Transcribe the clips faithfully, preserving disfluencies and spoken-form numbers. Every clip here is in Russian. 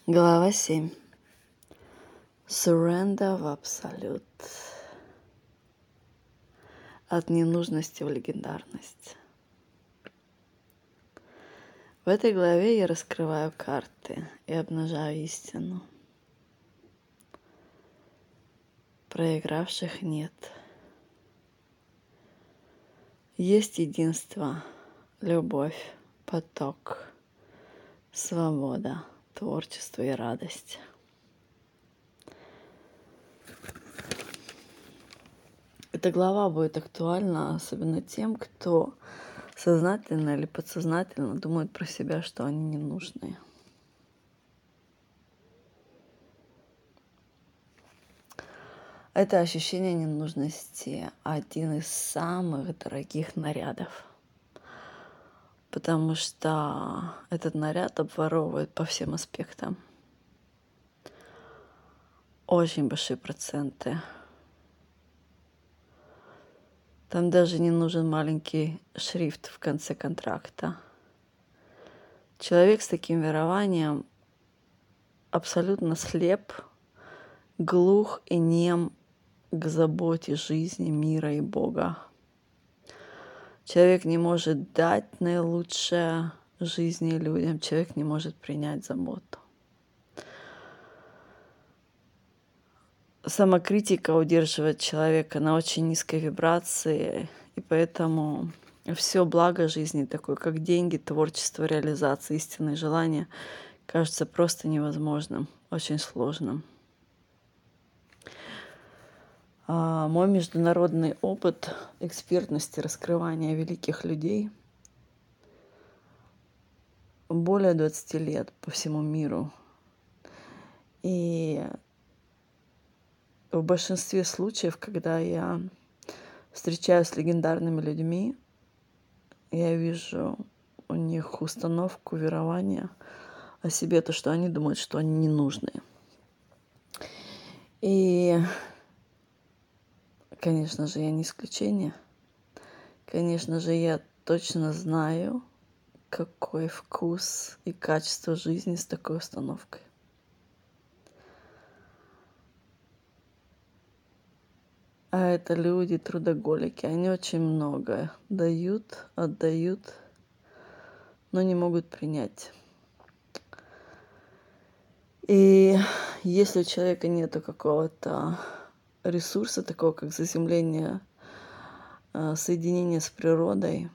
Глава семь. Surrender в абсолют. От ненужности в легендарность. В этой главе я раскрываю карты и обнажаю истину. Проигравших нет. Есть единство, любовь, поток, свобода, творчество и радость. Эта глава будет актуальна особенно тем, кто сознательно или подсознательно думает про себя, что они ненужные. Это ощущение ненужности один из самых дорогих нарядов, потому что этот наряд обворовывает по всем аспектам. Очень большие проценты. Там даже не нужен маленький шрифт в конце контракта. Человек с таким верованием абсолютно слеп, глух и нем к заботе жизни, мира и Бога. Человек не может дать наилучшее жизни людям, человек не может принять заботу. Самокритика удерживает человека на очень низкой вибрации, и поэтому все благо жизни, такое как деньги, творчество, реализация, истинные желания, кажется просто невозможным, очень сложным. А мой международный опыт экспертности раскрывания великих людей более двадцати лет по всему миру. И в большинстве случаев, когда я встречаюсь с легендарными людьми, я вижу у них установку, верования о себе, то, что они думают, что они ненужные. И, конечно же, я не исключение. Конечно же, я точно знаю, какой вкус и качество жизни с такой установкой. А это люди, трудоголики. Они очень много дают, отдают, но не могут принять. И если у человека нету какого-то ресурса, такого как заземление, соединение с природой,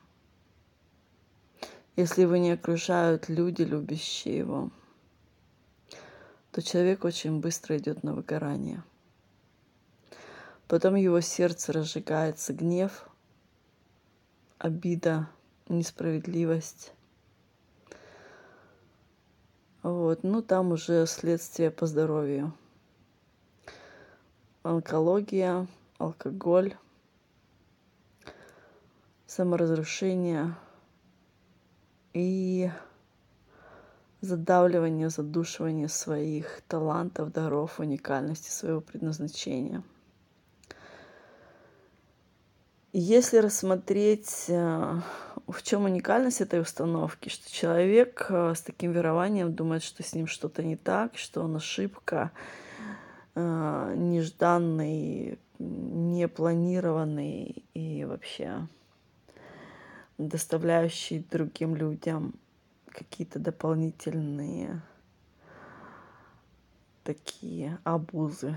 если его не окружают люди, любящие его, то человек очень быстро идет на выгорание. Потом его сердце разжигается гнев, обида, несправедливость. Вот. Ну, там уже следствие по здоровью. Онкология, алкоголь, саморазрушение и задавливание, задушивание своих талантов, даров, уникальности своего предназначения. Если рассмотреть, в чем уникальность этой установки, что человек с таким верованием думает, что с ним что-то не так, что он ошибка, нежданный, непланированный и вообще доставляющий другим людям какие-то дополнительные такие абузы.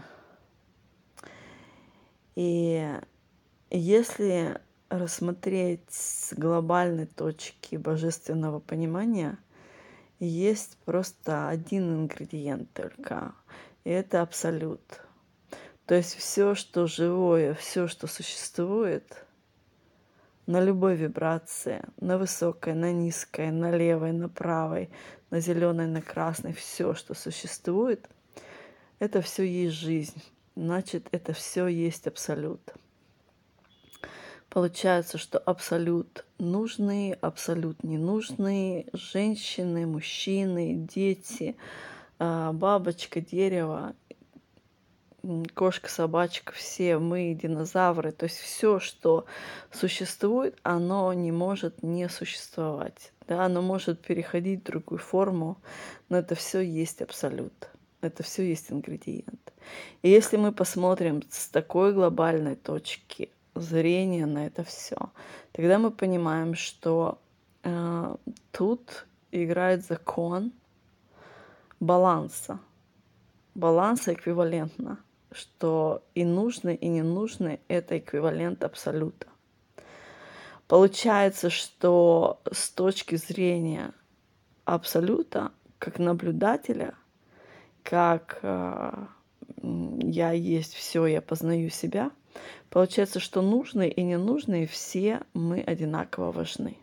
И если рассмотреть с глобальной точки божественного понимания, есть просто один ингредиент только, и это абсолют. То есть все, что живое, все, что существует, на любой вибрации, на высокой, на низкой, на левой, на правой, на зеленой, на красной, все, что существует, это все есть жизнь. Значит, это все есть абсолют. Получается, что абсолют нужные, абсолют ненужные, женщины, мужчины, дети, бабочка, дерево, кошка, собачка, все мы динозавры. То есть все, что существует, оно не может не существовать. Да, оно может переходить в другую форму, но это все есть абсолют. Это все есть ингредиент. И если мы посмотрим с такой глобальной точки зрения на это все, тогда мы понимаем, что э, тут играет закон баланса. Баланса эквивалентно, что и нужный, и ненужный — это эквивалент абсолюта. Получается, что с точки зрения абсолюта, как наблюдателя, как э, я есть все, я познаю себя, получается, что нужные и ненужные все мы одинаково важны.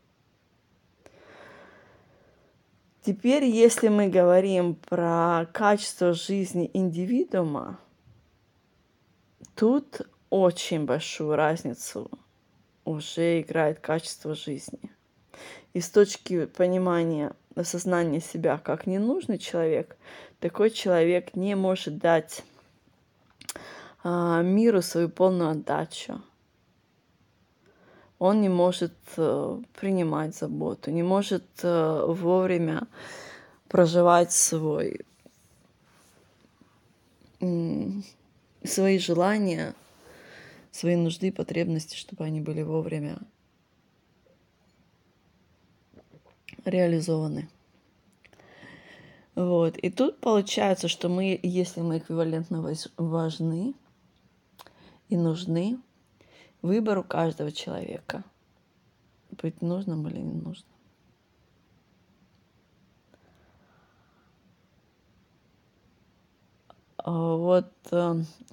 Теперь, если мы говорим про качество жизни индивидуума, тут очень большую разницу уже играет качество жизни. И с точки понимания, осознания себя как ненужный человек, такой человек не может дать а, миру свою полную отдачу. Он не может э, принимать заботу, не может э, вовремя проживать свой, м, свои желания, свои нужды, потребности, чтобы они были вовремя реализованы. Вот. И тут получается, что мы, если мы эквивалентно важны и нужны, выбор у каждого человека, быть нужным или не нужным. Вот э,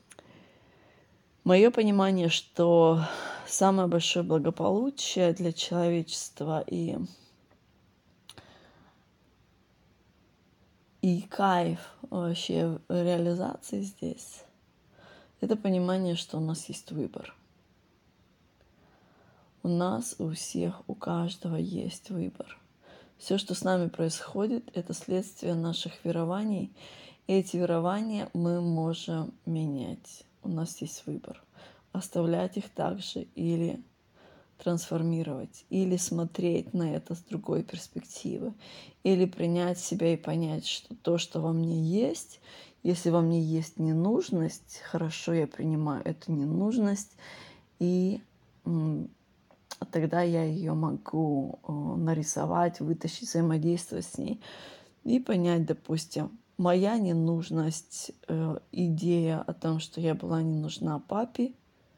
мое понимание, что самое большое благополучие для человечества и, и кайф вообще реализации здесь, это понимание, что у нас есть выбор. У нас, у всех, у каждого есть выбор. Все, что с нами происходит, это следствие наших верований. И эти верования мы можем менять. У нас есть выбор. Оставлять их также или трансформировать, или смотреть на это с другой перспективы, или принять себя и понять, что то, что во мне есть, если во мне есть ненужность, хорошо, я принимаю эту ненужность, и тогда я ее могу нарисовать, вытащить, взаимодействовать с ней и понять, допустим, моя ненужность, э, идея о том, что я была не нужна папе,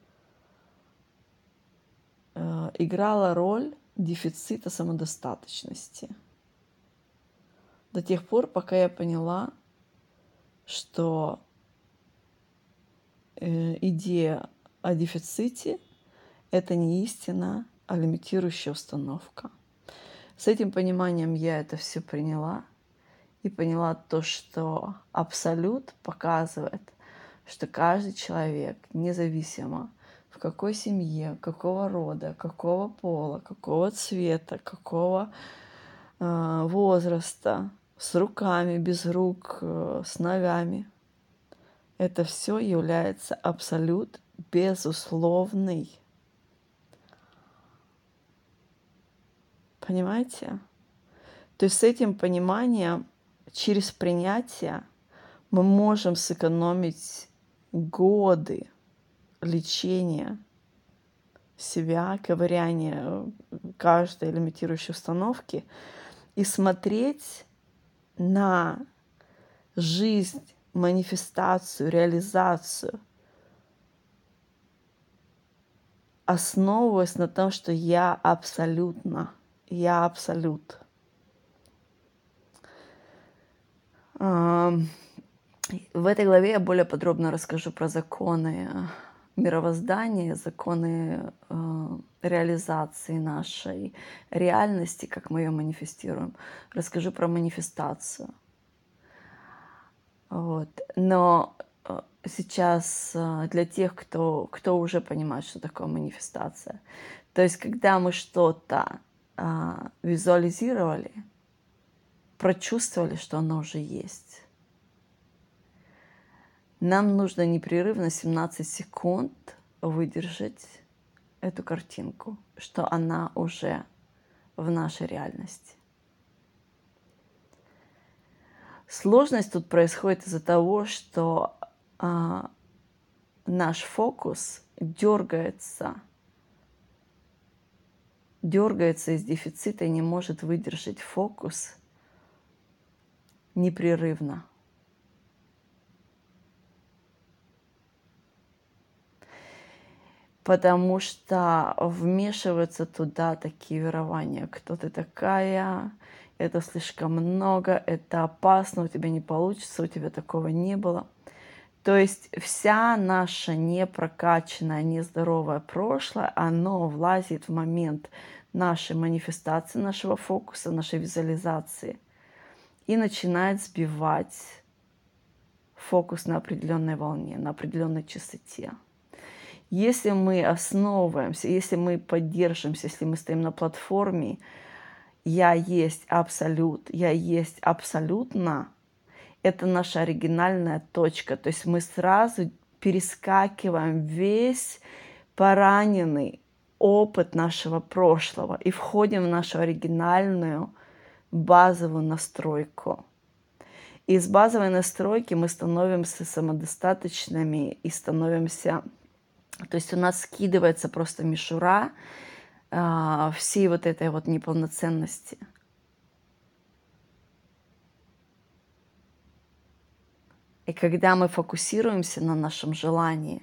э, играла роль дефицита самодостаточности. До тех пор, пока я поняла, что э, идея о дефиците — это не истина, а лимитирующая установка. С этим пониманием я это все приняла и поняла то, что абсолют показывает, что каждый человек, независимо в какой семье, какого рода, какого пола, какого цвета, какого э, возраста, с руками, без рук, э, с ногами, это все является абсолют безусловный. Понимаете? То есть с этим пониманием, через принятие, мы можем сэкономить годы лечения себя, ковыряния каждой лимитирующей установки и смотреть на жизнь, манифестацию, реализацию, основываясь на том, что я абсолютно, я абсолют. В этой главе я более подробно расскажу про законы мировоздания, законы э, реализации нашей реальности, как мы ее манифестируем. Расскажу про манифестацию. Вот. Но э, сейчас э, для тех, кто, кто уже понимает, что такое манифестация, то есть когда мы что-то э, визуализировали, прочувствовали, что оно уже есть. Нам нужно непрерывно семнадцать секунд выдержать эту картинку, что она уже в нашей реальности. Сложность тут происходит из-за того, что а, наш фокус дергается, дергается из дефицита и не может выдержать фокус непрерывно. Потому что вмешиваются туда такие верования. Кто ты такая? Это слишком много, это опасно, у тебя не получится, у тебя такого не было. То есть вся наша непрокачанное, нездоровое прошлое, оно влазит в момент нашей манифестации, нашего фокуса, нашей визуализации и начинает сбивать фокус на определенной волне, на определенной частоте. Если мы основываемся, если мы поддерживаемся, если мы стоим на платформе «Я есть абсолют», «Я есть абсолютно», это наша оригинальная точка. То есть мы сразу перескакиваем весь пораненный опыт нашего прошлого и входим в нашу оригинальную базовую настройку. И с базовой настройки мы становимся самодостаточными и становимся... То есть у нас скидывается просто мишура а, всей вот этой вот неполноценности. И когда мы фокусируемся на нашем желании,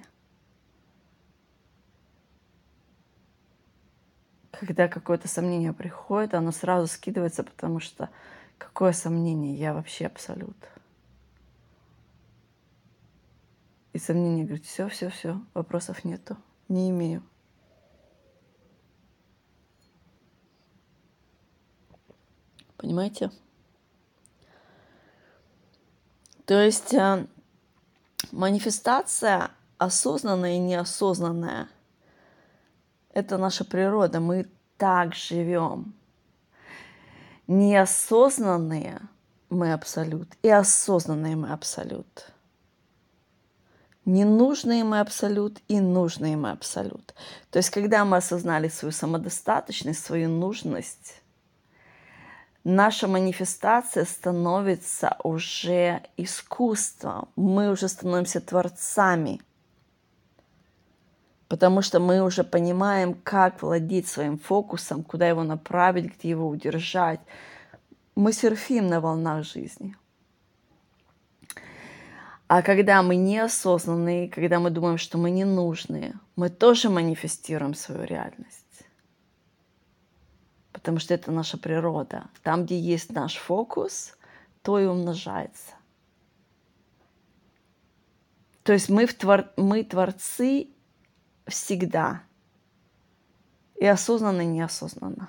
когда какое-то сомнение приходит, оно сразу скидывается, потому что какое сомнение? Я вообще абсолют. И сомнение говорит, все, все, все, вопросов нету, не имею. Понимаете? То есть э, манифестация осознанная и неосознанная – это наша природа, мы так живем. Неосознанные мы абсолют и осознанные мы абсолют. Ненужные мы абсолют и нужные мы абсолют. То есть, когда мы осознали свою самодостаточность, свою нужность, наша манифестация становится уже искусством. Мы уже становимся творцами. Потому что мы уже понимаем, как владеть своим фокусом, куда его направить, где его удержать. Мы серфим на волнах жизни. А когда мы неосознанные, когда мы думаем, что мы ненужные, мы тоже манифестируем свою реальность. Потому что это наша природа. Там, где есть наш фокус, то и умножается. То есть мы, в твор... мы творцы всегда. И осознанно, и неосознанно.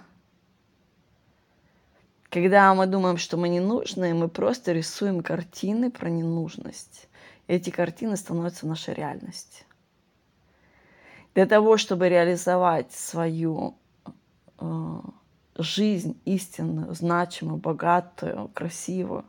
Когда мы думаем, что мы ненужные, мы просто рисуем картины про ненужность. И эти картины становятся нашей реальностью. Для того, чтобы реализовать свою э, жизнь истинную, значимую, богатую, красивую,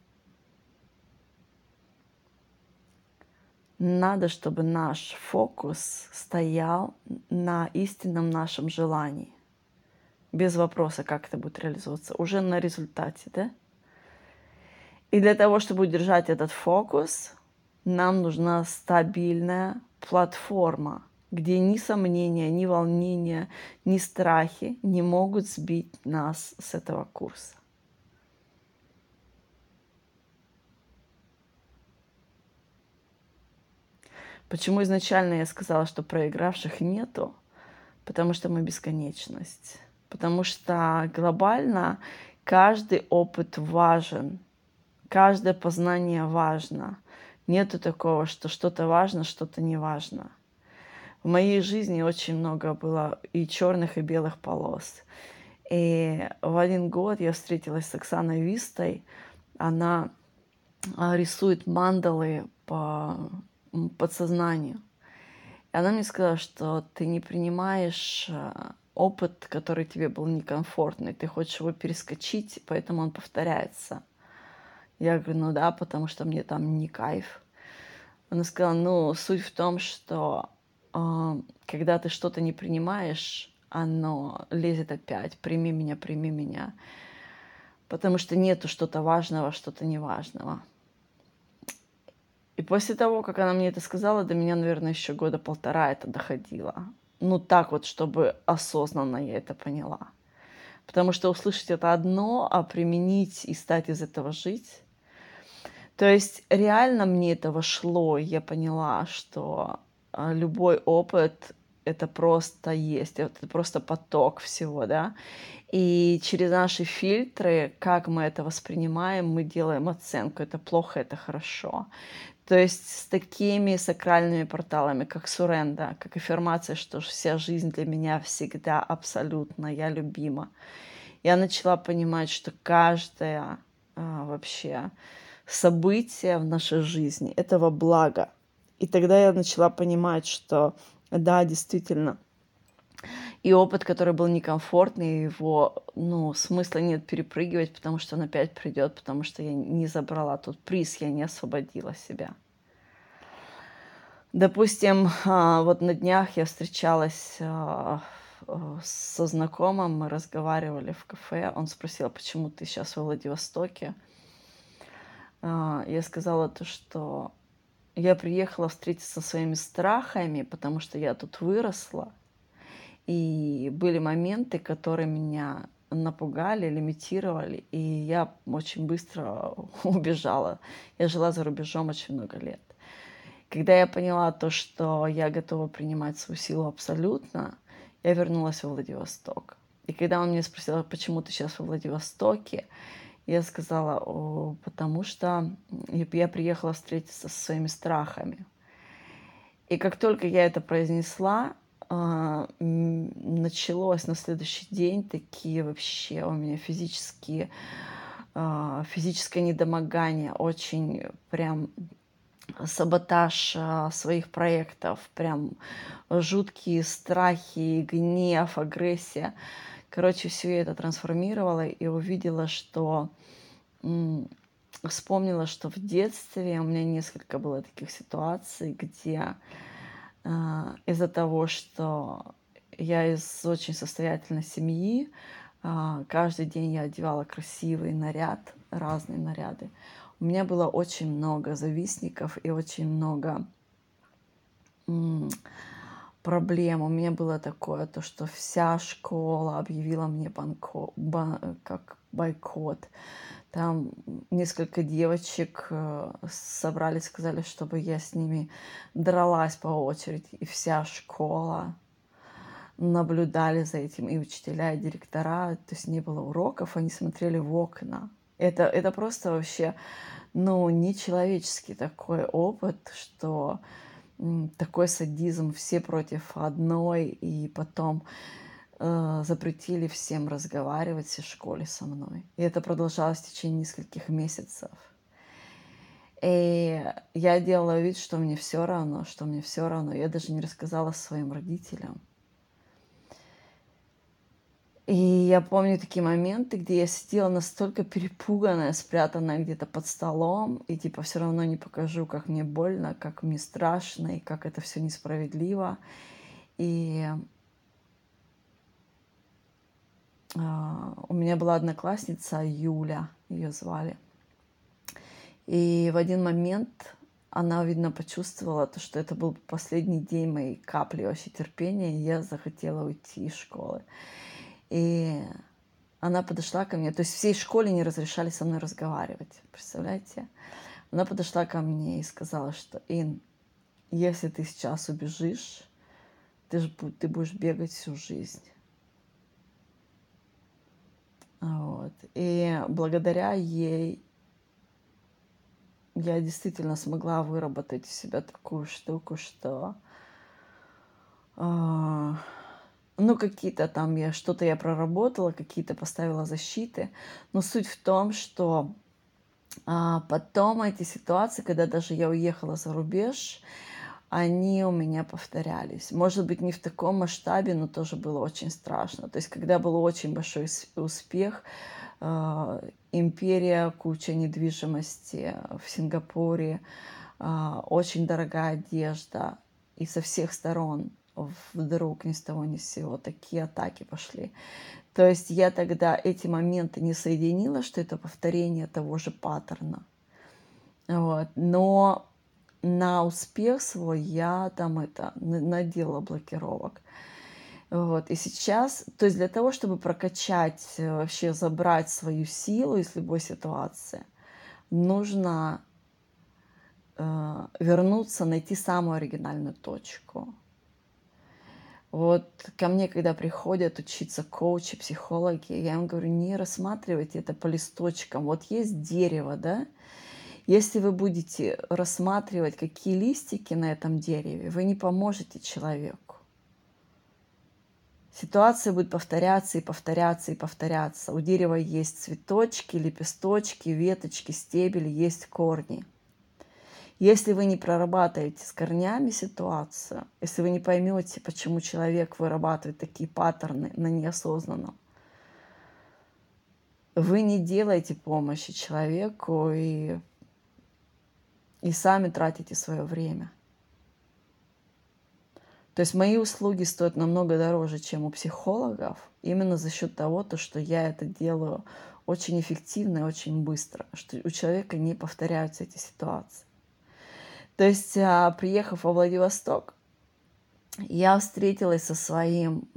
надо, чтобы наш фокус стоял на истинном нашем желании. Без вопроса, как это будет реализовываться, уже на результате, да? И для того, чтобы удержать этот фокус, нам нужна стабильная платформа, где ни сомнения, ни волнения, ни страхи не могут сбить нас с этого курса. Почему изначально я сказала, что проигравших нету? Потому что мы бесконечность. Потому что глобально каждый опыт важен, каждое познание важно. Нету такого, что что-то важно, что-то не важно. В моей жизни очень много было и черных, и белых полос. И в один год я встретилась с Оксаной Вистой. Она рисует мандалы по подсознанию. И она мне сказала, что ты не принимаешь опыт, который тебе был некомфортный. Ты хочешь его перескочить, поэтому он повторяется. Я говорю, ну да, потому что мне там не кайф. Она сказала: "Ну, суть в том, что, а, когда ты что-то не принимаешь, оно лезет опять. Прими меня, прими меня. Потому что нету что-то важного, что-то неважного". И после того, как она мне это сказала, до меня, наверное, еще года полтора это доходило. Ну, так вот, чтобы осознанно я это поняла. Потому что услышать это одно, а применить и стать из этого жить. То есть реально мне это вошло, и я поняла, что, а, любой опыт — это просто есть, это просто поток всего, да. И через наши фильтры, как мы это воспринимаем, мы делаем оценку: это плохо, это хорошо. То есть с такими сакральными порталами, как Суренда, как аффирмация, что ж вся жизнь для меня всегда абсолютно, я любима. Я начала понимать, что каждое, а, вообще событие в нашей жизни — это во благо. И тогда я начала понимать, что да, действительно, и опыт, который был некомфортный, его, ну, смысла нет перепрыгивать, потому что он опять придет, потому что я не забрала тот приз, я не освободила себя. Допустим, а, вот на днях я встречалась, а, э, со знакомым, мы разговаривали в кафе. Он спросил: "Почему ты сейчас во Владивостоке?" А, я сказала то, что я приехала встретиться со своими страхами, потому что я тут выросла. И были моменты, которые меня напугали, лимитировали, и я очень быстро убежала. Я жила за рубежом очень много лет. Когда я поняла то, что я готова принимать свою силу абсолютно, я вернулась во Владивосток. И когда он меня спросил: "А почему ты сейчас во Владивостоке?" Я сказала: "О, потому что я я приехала встретиться со своими страхами". И как только я это произнесла, а, м, началось на следующий день такие вообще у меня физические, а, физическое недомогание, очень прям саботаж, а, своих проектов, прям жуткие страхи, гнев, агрессия. Короче, всё я это трансформировала и увидела, что, м, вспомнила, что в детстве у меня несколько было таких ситуаций, где, а, из-за того, что я из очень состоятельной семьи, а, каждый день я одевала красивый наряд, разные наряды. У меня было очень много завистников и очень много м, проблем. У меня было такое, то что вся школа объявила мне банко ба э, как бойкот. Там, м, несколько девочек, э, собрались, сказали, чтобы я с ними дралась по очереди, и вся школа наблюдали за этим, и учителя, и директора. То есть не было уроков, они смотрели в окна. Это это просто вообще, ну, нечеловеческий такой опыт, что, м, такой садизм, все против одной, и потом, э, запретили всем разговаривать, всей школе со мной. И это продолжалось в течение нескольких месяцев. И я делала вид, что мне всё равно, что мне всё равно. Я даже не рассказала своим родителям. И я помню такие моменты, где я сидела настолько перепуганная, спрятанная где-то под столом, и типа всё равно не покажу, как мне больно, как мне страшно и как это всё несправедливо. И а, у меня была одноклассница Юля, её звали. И в один момент она, видно, почувствовала то, что это был последний день моей капли вообще терпения, и я захотела уйти из школы. И она подошла ко мне, то есть всей школе не разрешали со мной разговаривать, представляете? Она подошла ко мне и сказала, что: "Ин, если ты сейчас убежишь, ты ж бу ты будешь бегать всю жизнь". Вот. И благодаря ей я действительно смогла выработать у себя такую штуку, что а, ну, какие-то там я что-то я проработала, какие-то поставила защиты. Но суть в том, что, а, потом эти ситуации, когда даже я уехала за рубеж, они у меня повторялись. Может быть, не в таком масштабе, но тоже было очень страшно. То есть когда был очень большой с успех, а, империя, куча недвижимости в Сингапуре, а, очень дорогая одежда, и со всех сторон вдруг ни с того ни с сего такие атаки пошли. То есть я тогда эти моменты не соединила, что это повторение того же паттерна. Вот. Но на успех свой я там это надела блокировок. Вот. И сейчас, то есть для того, чтобы прокачать, вообще забрать свою силу из любой ситуации, нужно э, вернуться, найти самую оригинальную точку. Вот ко мне, когда приходят учиться коучи, психологи, я им говорю, не рассматривайте это по листочкам. Вот есть дерево, да? Если вы будете рассматривать, какие листики на этом дереве, вы не поможете человеку. Ситуация будет повторяться и повторяться и повторяться. У дерева есть цветочки, лепесточки, веточки, стебель, есть корни. Если вы не прорабатываете с корнями ситуацию, если вы не поймете, почему человек вырабатывает такие паттерны на неосознанном, вы не делаете помощи человеку и, и сами тратите свое время. То есть мои услуги стоят намного дороже, чем у психологов, именно за счет того, то, что я это делаю очень эффективно и очень быстро, что у человека не повторяются эти ситуации. То есть, приехав во Владивосток, я встретилась со своим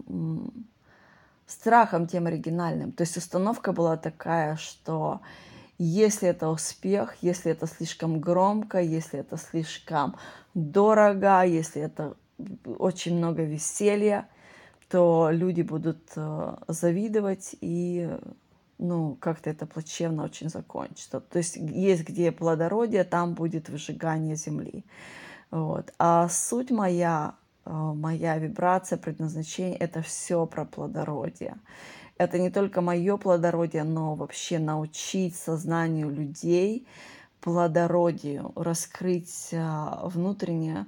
страхом тем оригинальным. То есть установка была такая, что если это успех, если это слишком громко, если это слишком дорого, если это очень много веселья, то люди будут завидовать и ну, как-то это плачевно очень закончится. То есть есть где плодородие, там будет выжигание земли. Вот. А суть моя, моя вибрация, предназначение – это все про плодородие. Это не только мое плодородие, но вообще научить сознанию людей плодородию, раскрыть внутреннее,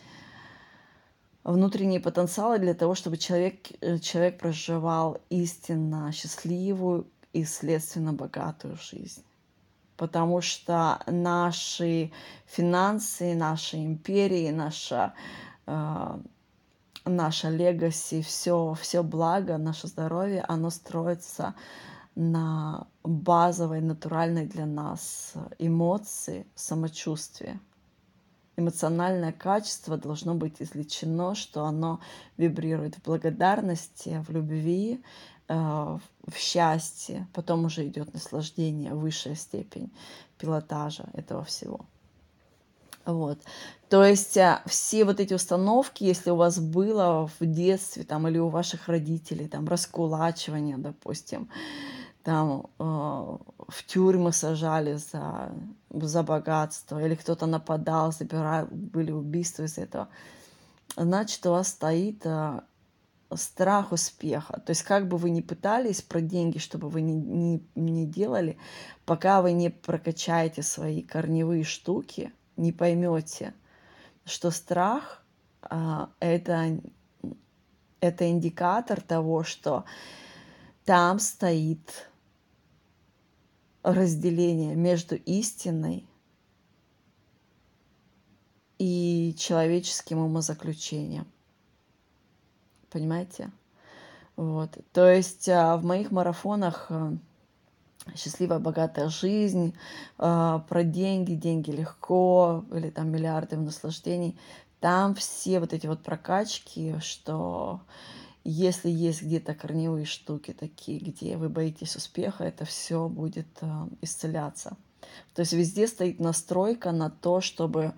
внутренние потенциалы для того, чтобы человек, человек проживал истинно счастливую и, следственно, богатую жизнь. Потому что наши финансы, наши империи, наша, э, наша легаси, все, все благо, наше здоровье, оно строится на базовой, натуральной для нас эмоции, самочувствии. Эмоциональное качество должно быть излечено, что оно вибрирует в благодарности, в любви, в счастье. Потом уже идет наслаждение, высшая степень пилотажа этого всего. Вот. То есть все вот эти установки, если у вас было в детстве там, или у ваших родителей там, раскулачивание, допустим, там э, в тюрьмы сажали за, за богатство, или кто-то нападал, забирал, были убийства из этого, значит, у вас стоит э, страх успеха. То есть как бы вы ни пытались про деньги, чтобы вы не, не, не делали, пока вы не прокачаете свои корневые штуки, не поймете, что страх э, это, это индикатор того, что там стоит разделение между истиной и человеческим умозаключением. Понимаете? Вот. То есть в моих марафонах «Счастливая, богатая жизнь», про деньги, деньги легко, или там миллиарды наслаждений, там все вот эти вот прокачки, что если есть где-то корневые штуки такие, где вы боитесь успеха, это все будет э, исцеляться. То есть везде стоит настройка на то, чтобы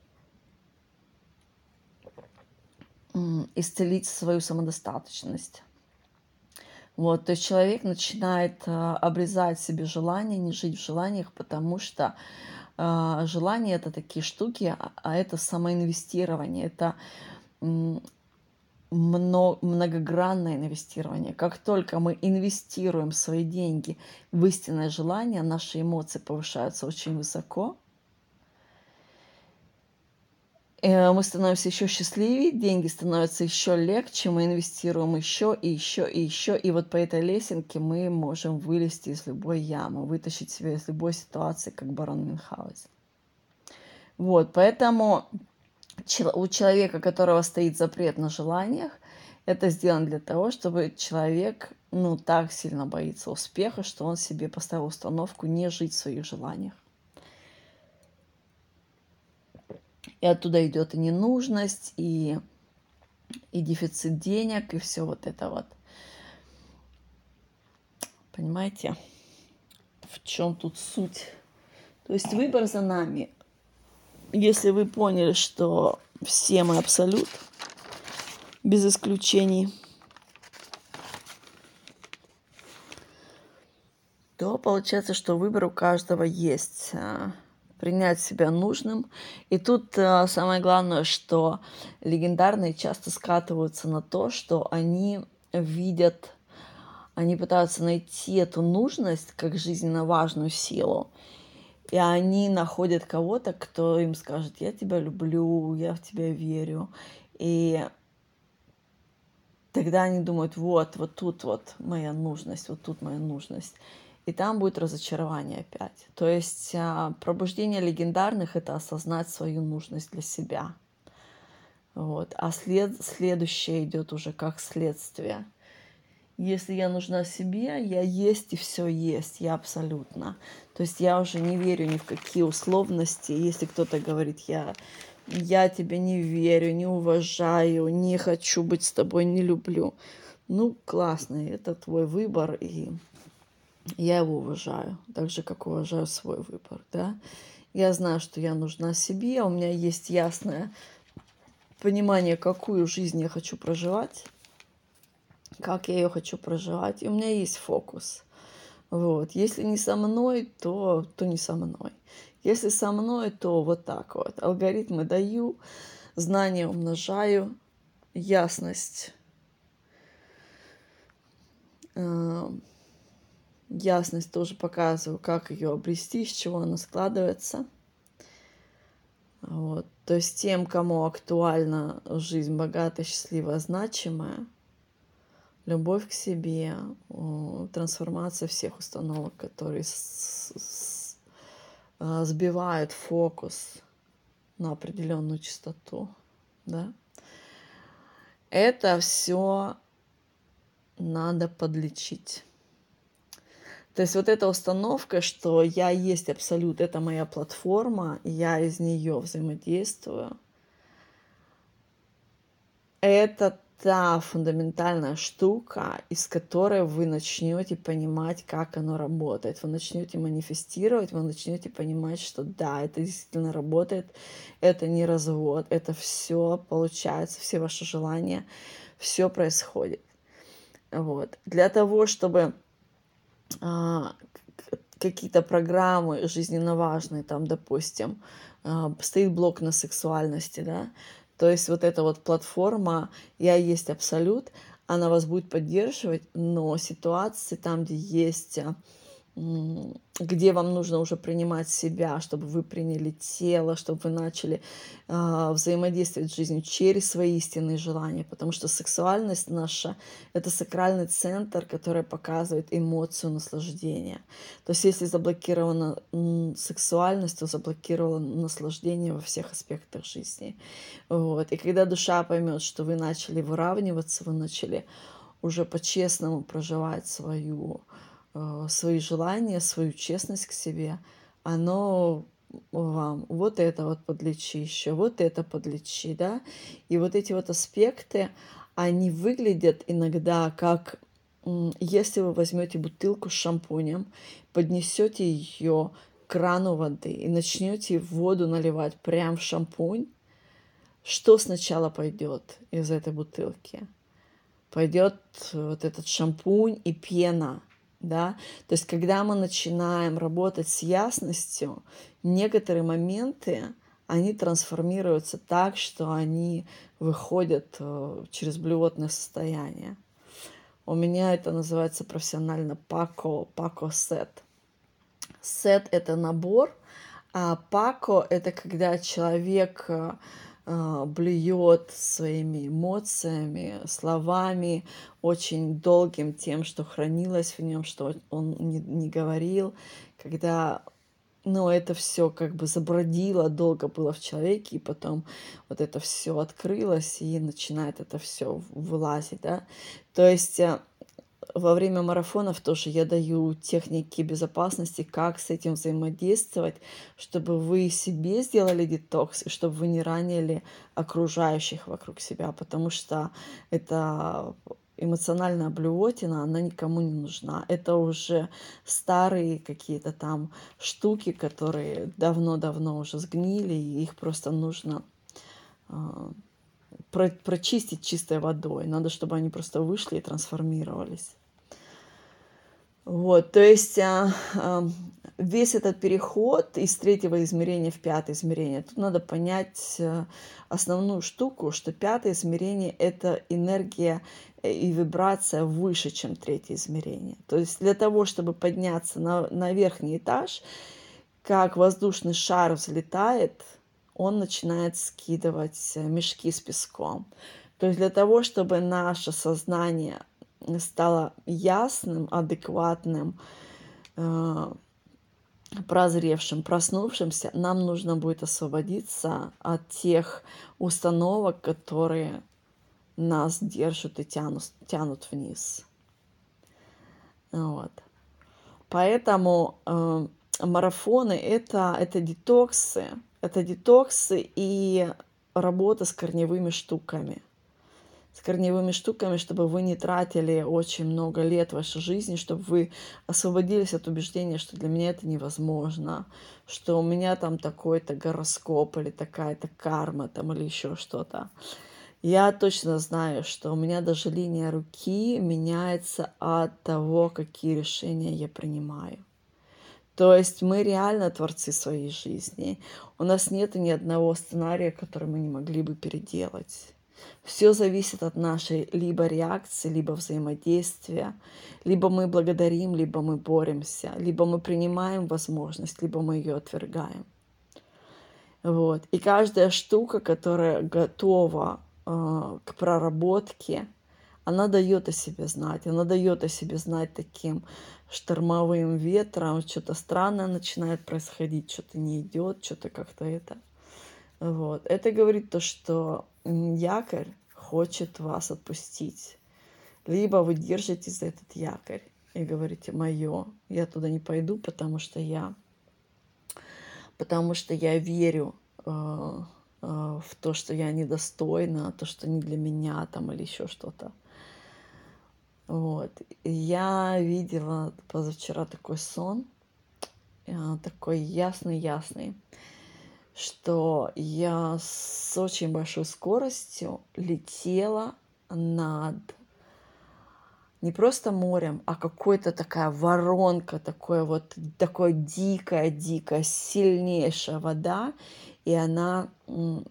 исцелить свою самодостаточность. Вот, то есть человек начинает э, обрезать себе желания, не жить в желаниях, потому что э, желания это такие штуки, а, а это самоинвестирование, это м, многогранное инвестирование. Как только мы инвестируем свои деньги в истинное желание, наши эмоции повышаются очень высоко. Мы становимся еще счастливее, деньги становятся еще легче, мы инвестируем еще и еще и еще. И вот по этой лесенке мы можем вылезти из любой ямы, вытащить себя из любой ситуации, как барон Мюнхгаузен. Вот, поэтому у человека, у которого стоит запрет на желаниях, это сделано для того, чтобы человек, ну, так сильно боится успеха, что он себе поставил установку не жить в своих желаниях. И оттуда идет и ненужность, и, и дефицит денег, и все вот это вот. Понимаете, в чем тут суть? То есть выбор за нами. Если вы поняли, что все мы абсолют, без исключений, то получается, что выбор у каждого есть. Принять себя нужным. И тут а, самое главное, что легендарные часто скатываются на то, что они видят, они пытаются найти эту нужность как жизненно важную силу. И они находят кого-то, кто им скажет: я тебя люблю, я в тебя верю. И тогда они думают: вот, вот тут вот моя нужность, вот тут моя нужность. И там будет разочарование опять. То есть а, пробуждение легендарных — это осознать свою нужность для себя. Вот. А след, следующее идет уже как следствие. Если я нужна себе, я есть и все есть, я абсолютно. То есть я уже не верю ни в какие условности. Если кто-то говорит: я, я тебе не верю, не уважаю, не хочу быть с тобой, не люблю. Ну, классно, это твой выбор, и я его уважаю, так же, как уважаю свой выбор, да. Я знаю, что я нужна себе, у меня есть ясное понимание, какую жизнь я хочу проживать, как я ее хочу проживать, и у меня есть фокус. Вот. Если не со мной, то, то не со мной. Если со мной, то вот так вот. Алгоритмы даю, знания умножаю, ясность э, ясность тоже показываю, как ее обрести, из чего она складывается. Вот. То есть тем, кому актуальна жизнь богатая, счастливая, значимая, любовь к себе, трансформация всех установок, которые с- с- а, сбивают фокус на определенную частоту, да, это все надо подлечить. То есть вот эта установка, что я есть абсолют, это моя платформа, я из нее взаимодействую, это та фундаментальная штука, из которой вы начнете понимать, как оно работает. Вы начнете манифестировать, вы начнете понимать, что да, это действительно работает, это не развод, это все получается, все ваши желания, все происходит. Вот. Для того, чтобы а, какие-то программы жизненно важные, там, допустим, а, стоит блок на сексуальности, да, то есть вот эта вот платформа «Я есть абсолют», она вас будет поддерживать, но ситуации там, где есть а, где вам нужно уже принимать себя, чтобы вы приняли тело, чтобы вы начали э, взаимодействовать с жизнью через свои истинные желания, потому что сексуальность наша — это сакральный центр, который показывает эмоцию наслаждения. То есть если заблокирована м, сексуальность, то заблокировано наслаждение во всех аспектах жизни. Вот. И когда душа поймет, что вы начали выравниваться, вы начали уже по-честному проживать свою свои желания, свою честность к себе, оно вам вот это вот подлечи еще, вот это подлечи, да. И вот эти вот аспекты, они выглядят иногда как, если вы возьмете бутылку с шампунем, поднесете ее к крану воды и начнете воду наливать прямо в шампунь, что сначала пойдет из этой бутылки? Пойдет вот этот шампунь и пена. Да? То есть, когда мы начинаем работать с ясностью, некоторые моменты, они трансформируются так, что они выходят через блювотное состояние. У меня это называется профессионально пако, пако-сет. Сет — это набор, а пако — это когда человек блюет своими эмоциями, словами, очень долгим тем, что хранилось в нем, что он не, не говорил, когда но это все как бы забродило, долго было в человеке, и потом вот это все открылось, и начинает это все вылазить, да. То есть э, во время марафонов тоже я даю техники безопасности, как с этим взаимодействовать, чтобы вы себе сделали детокс, и чтобы вы не ранили окружающих вокруг себя, потому что это эмоциональная блевотина, она никому не нужна. Это уже старые какие-то там штуки, которые давно-давно уже сгнили, и их просто нужно а, про- прочистить чистой водой. Надо, чтобы они просто вышли и трансформировались. Вот, то есть а, а, весь этот переход из третьего измерения в пятое измерение, тут надо понять а, основную штуку, что пятое измерение – это энергия э, и вибрация выше, чем третье измерение. То есть для того, чтобы подняться на, на верхний этаж, как воздушный шар взлетает, он начинает скидывать э, мешки с песком. То есть для того, чтобы наше сознание стало ясным, адекватным, э, прозревшим, проснувшимся, нам нужно будет освободиться от тех установок, которые нас держат и тянут, тянут вниз. Вот. Поэтому э, марафоны это, это детоксы, это детоксы и работа с корневыми штуками. С корневыми штуками, чтобы вы не тратили очень много лет вашей жизни, чтобы вы освободились от убеждения, что для меня это невозможно, что у меня там такой-то гороскоп или такая-то карма там или еще что-то. Я точно знаю, что у меня даже линия руки меняется от того, какие решения я принимаю. То есть мы реально творцы своей жизни. У нас нет ни одного сценария, который мы не могли бы переделать. Все зависит от нашей либо реакции, либо взаимодействия. Либо мы благодарим, либо мы боремся. Либо мы принимаем возможность, либо мы ее отвергаем. Вот. И каждая штука, которая готова э, к проработке, она дает о себе знать. Она дает о себе знать таким штормовым ветром. Что-то странное начинает происходить, что-то не идет, что-то как-то это. Вот. Это говорит то, что якорь хочет вас отпустить. Либо вы держитесь за этот якорь и говорите: мое, я туда не пойду, потому что я, потому что я верю э, э, в то, что я недостойна, то, что не для меня там или еще что-то. Вот. Я видела позавчера такой сон, э, такой ясный-ясный, что я с очень большой скоростью летела над не просто морем, а какой-то такая воронка, такое вот, такое дикая-дикая, сильнейшая вода, и она м,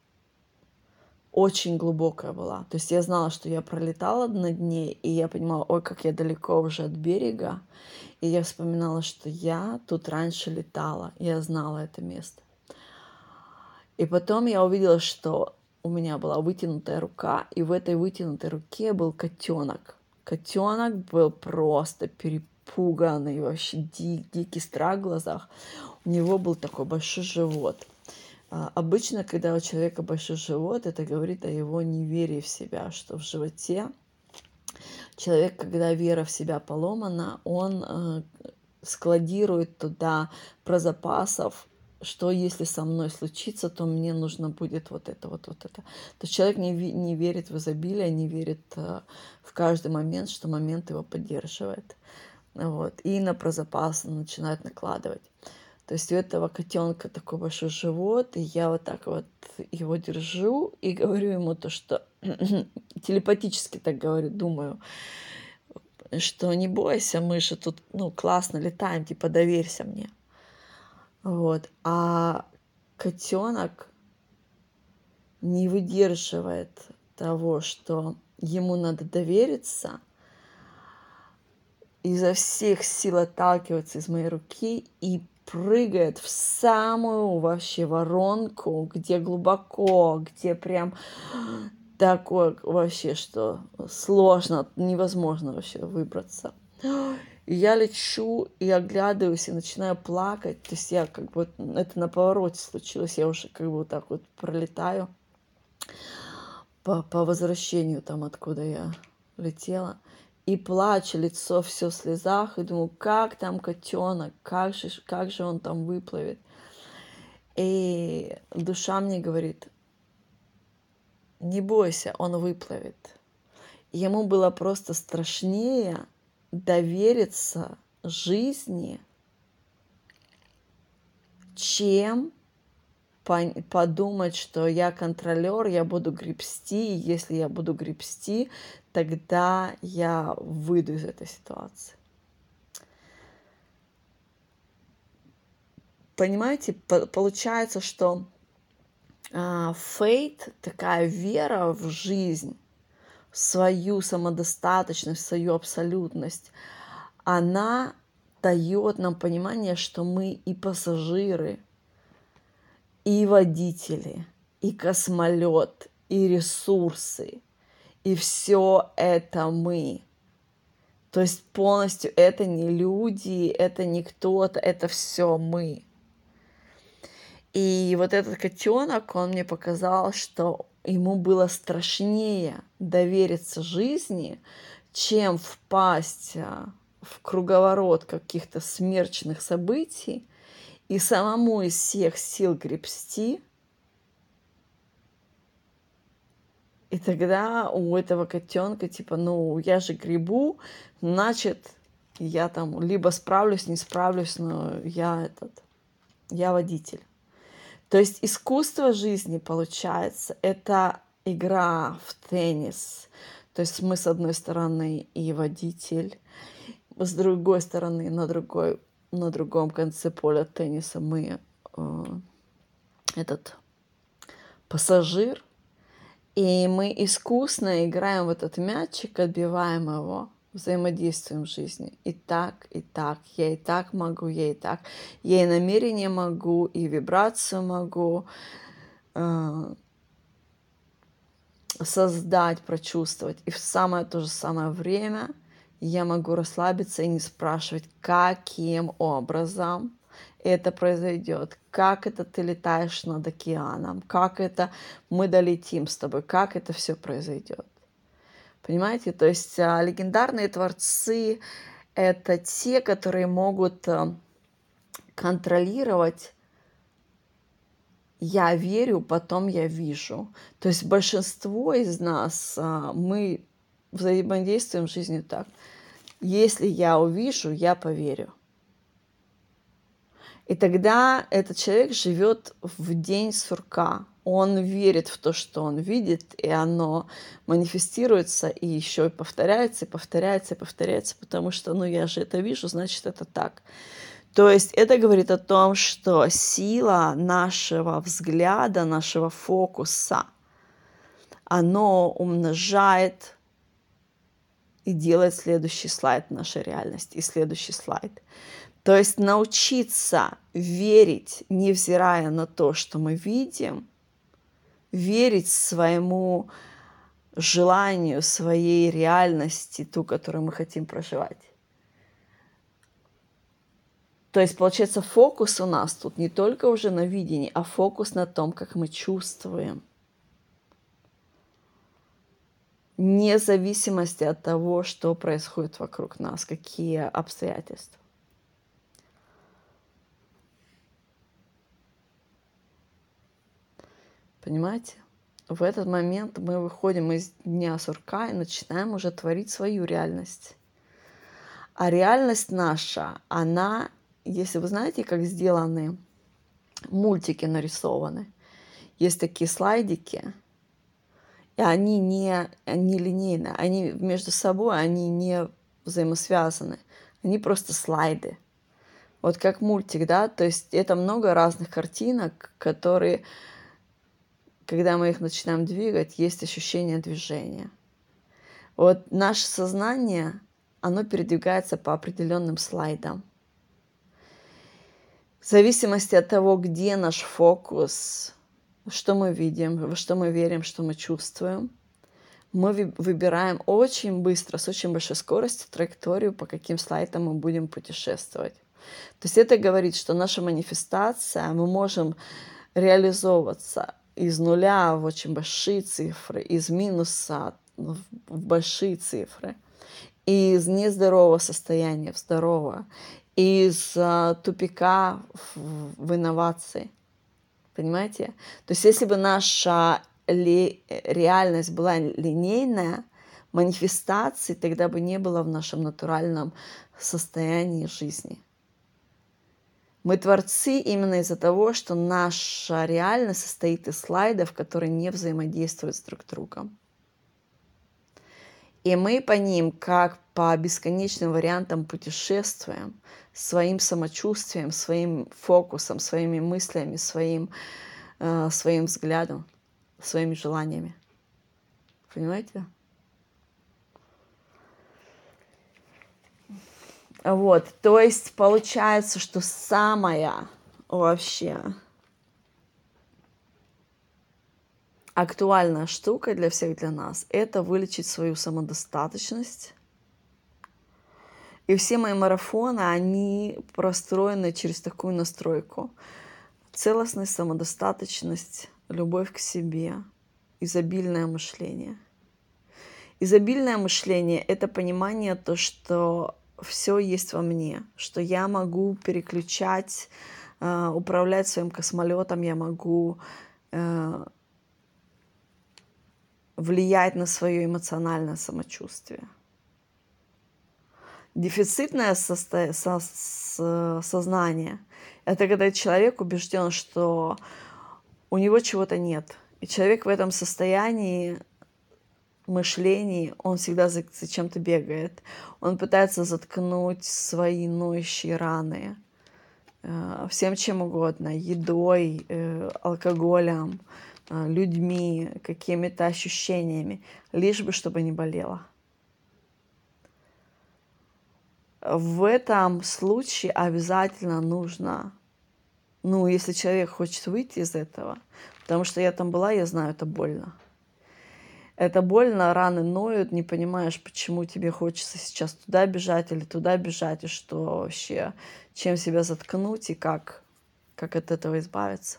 очень глубокая была. То есть я знала, что я пролетала над ней, и я понимала, ой, как я далеко уже от берега, и я вспоминала, что я тут раньше летала, я знала это место. И потом я увидела, что у меня была вытянутая рука, и в этой вытянутой руке был котенок. Котенок был просто перепуганный, вообще ди- дикий страх в глазах. У него был такой большой живот. А, обычно, когда у человека большой живот, это говорит о его неверии в себя, что в животе человек, когда вера в себя поломана, он э, складирует туда про запасов, что если со мной случится, то мне нужно будет вот это, вот, вот это. То есть человек не, не верит в изобилие, не верит э, в каждый момент, что момент его поддерживает. Вот. И на прозапас начинает накладывать. То есть у этого котенка такой большой живот, и я вот так вот его держу и говорю ему то, что телепатически так говорю, думаю, что не бойся, мы же тут ну, классно летаем, типа доверься мне. Вот. А котенок не выдерживает того, что ему надо довериться, изо всех сил отталкивается из моей руки и прыгает в самую вообще воронку, где глубоко, где прям такое вообще, что сложно, невозможно вообще выбраться. И я лечу, и оглядываюсь, и начинаю плакать. То есть я как бы, это на повороте случилось, я уже как бы вот так вот пролетаю по, по возвращению там, откуда я летела. И плачу, лицо все в слезах, и думаю, как там котенок, как же, как же он там выплывет. И душа мне говорит, не бойся, он выплывет. Ему было просто страшнее довериться жизни, чем подумать, что я контролер, я буду гребсти, и если я буду гребсти, тогда я выйду из этой ситуации. Понимаете, получается, что фейт, такая вера в жизнь, в свою самодостаточность, в свою абсолютность, она дает нам понимание, что мы и пассажиры, и водители, и космолет, и ресурсы, и все это мы. То есть полностью это не люди, это не кто-то, это все мы. И вот этот котенок, он мне показал, что ему было страшнее довериться жизни, чем впасть в круговорот каких-то смерчных событий и самому из всех сил гребсти. И тогда у этого котенка типа, ну, я же гребу, значит, я там либо справлюсь, не справлюсь, но я этот, я водитель. То есть искусство жизни, получается, это игра в теннис. То есть мы, с одной стороны, и водитель, с другой стороны, на, другой, на другом конце поля тенниса мы э, этот пассажир. И мы искусно играем в этот мячик, отбиваем его, взаимодействуем в жизни. И так, и так. Я и так могу, я и так. Я и намерение могу, и вибрацию могу э, создать, прочувствовать. И в самое то же самое время я могу расслабиться и не спрашивать, каким образом это произойдет, как это ты летаешь над океаном, как это мы долетим с тобой, как это все произойдет. Понимаете? То есть а, легендарные творцы — это те, которые могут а, контролировать «я верю, потом я вижу». То есть большинство из нас, а, мы взаимодействуем с жизнью так. Если я увижу, я поверю. И тогда этот человек живет в день сурка. Он верит в то, что он видит, и оно манифестируется, и еще и повторяется, и повторяется, и повторяется, потому что, ну, я же это вижу, значит, это так. То есть это говорит о том, что сила нашего взгляда, нашего фокуса, оно умножает и делает следующий слайд нашей реальности, и следующий слайд. То есть научиться верить, невзирая на то, что мы видим, верить своему желанию, своей реальности, ту, которую мы хотим проживать. То есть, получается, фокус у нас тут не только уже на видении, а фокус на том, как мы чувствуем. Вне зависимости от того, что происходит вокруг нас, какие обстоятельства. Понимаете? В этот момент мы выходим из дня сурка и начинаем уже творить свою реальность. А реальность наша, она, если вы знаете, как сделаны мультики нарисованы, есть такие слайдики, и они не, не линейные, они между собой, они не взаимосвязаны, они просто слайды. Вот как мультик, да, то есть это много разных картинок, которые, когда мы их начинаем двигать, есть ощущение движения. Вот наше сознание, оно передвигается по определенным слайдам. В зависимости от того, где наш фокус, что мы видим, во что мы верим, что мы чувствуем, мы выбираем очень быстро, с очень большой скоростью траекторию, по каким слайдам мы будем путешествовать. То есть это говорит, что наша манифестация, мы можем реализовываться из нуля в очень большие цифры, из минуса в большие цифры, из нездорового состояния в здоровое, из а, тупика в, в инновации. Понимаете? То есть если бы наша ли, реальность была линейная, манифестаций тогда бы не было в нашем натуральном состоянии жизни. Мы творцы именно из-за того, что наша реальность состоит из слайдов, которые не взаимодействуют с друг другом. И мы по ним, как по бесконечным вариантам, путешествуем своим самочувствием, своим фокусом, своими мыслями, своим, э, своим взглядом, своими желаниями. Понимаете? Вот, то есть получается, что самая вообще актуальная штука для всех, для нас, это вылечить свою самодостаточность. И все мои марафоны, они простроены через такую настройку. Целостность, самодостаточность, любовь к себе, изобильное мышление. Изобильное мышление – это понимание то, что все есть во мне, что я могу переключать, управлять своим космолетом, я могу влиять на свое эмоциональное самочувствие. Дефицитное состо... со... сознание – это когда человек убежден, что у него чего-то нет. И человек в этом состоянии мышлении, он всегда за, за чем-то бегает. Он пытается заткнуть свои ноющие раны э, всем чем угодно. Едой, э, алкоголем, э, людьми, какими-то ощущениями. Лишь бы, чтобы не болело. В этом случае обязательно нужно, ну, если человек хочет выйти из этого, потому что я там была, я знаю, это больно. Это больно, раны ноют, не понимаешь, почему тебе хочется сейчас туда бежать или туда бежать, и что вообще, чем себя заткнуть и как, как от этого избавиться.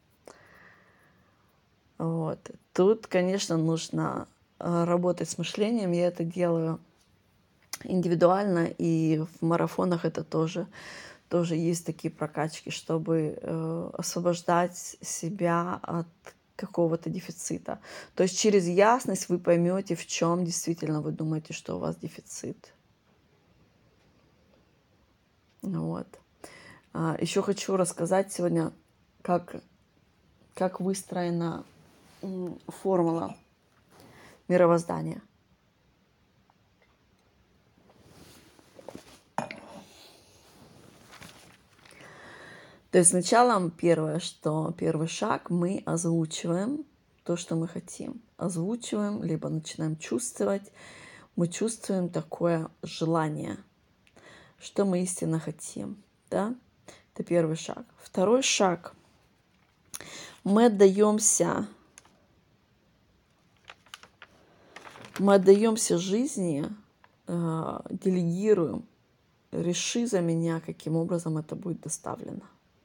Вот. Тут, конечно, нужно работать с мышлением, я это делаю индивидуально, и в марафонах это тоже, тоже есть такие прокачки, чтобы э, освобождать себя от какого-то дефицита. То есть через ясность вы поймете, в чем действительно вы думаете, что у вас дефицит. Вот. А, еще хочу рассказать сегодня, как, как выстроена формула мировоздания. То есть сначала первое, что первый шаг, мы озвучиваем то, что мы хотим. Озвучиваем, либо начинаем чувствовать. Мы чувствуем такое желание, что мы истинно хотим. Да? Это первый шаг. Второй шаг. Мы отдаемся, мы отдаемся жизни, э, делегируем. Реши за меня, каким образом это будет доставлено.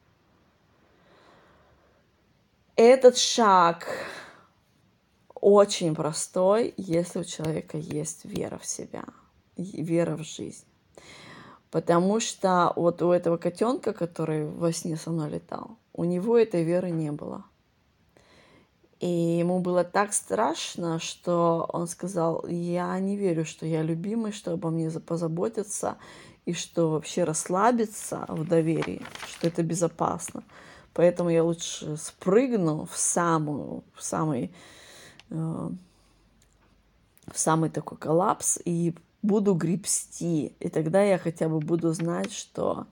Этот шаг очень простой, если у человека есть вера в себя, вера в жизнь. Потому что вот у этого котенка, который во сне со мной летал, у него этой веры не было. И ему было так страшно, что он сказал: я не верю, что я любимый, что обо мне позаботятся, и что вообще расслабиться в доверии, что это безопасно. Поэтому я лучше спрыгну в самую, в самый, э, в самый такой коллапс и буду гребсти. И тогда я хотя бы буду знать, что,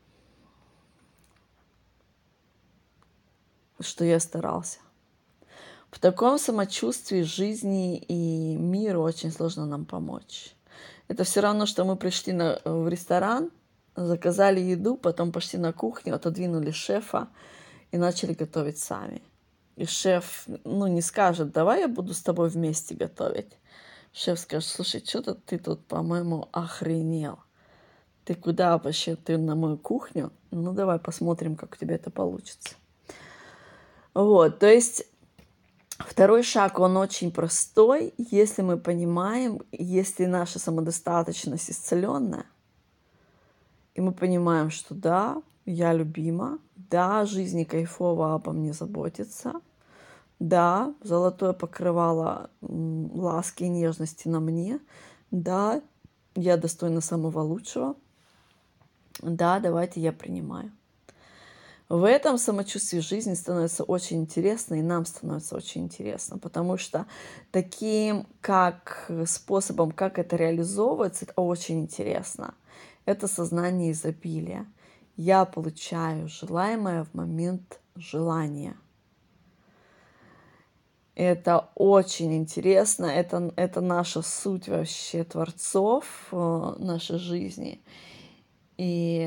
что я старался. В таком самочувствии жизни и миру очень сложно нам помочь. Это все равно, что мы пришли на, в ресторан, заказали еду, потом пошли на кухню, отодвинули шефа и начали готовить сами. и шеф, ну, не скажет: давай я буду с тобой вместе готовить. Шеф скажет: слушай, что-то ты тут, по-моему, охренел. Ты куда вообще? Ты на мою кухню? Ну, давай посмотрим, как у тебя это получится. Вот, то есть второй шаг, он очень простой, если мы понимаем, если наша самодостаточность исцеленная, и мы понимаем, что да, я любима, да, жизни кайфово обо мне заботится, да, золотое покрывало ласки и нежности на мне, да, я достойна самого лучшего, да, давайте я принимаю. В этом самочувствии жизни становится очень интересно, и нам становится очень интересно, потому что таким как способом, как это реализовывается, это очень интересно. Это сознание изобилия. Я получаю желаемое в момент желания. Это очень интересно, это, это наша суть вообще творцов э, нашей жизни. И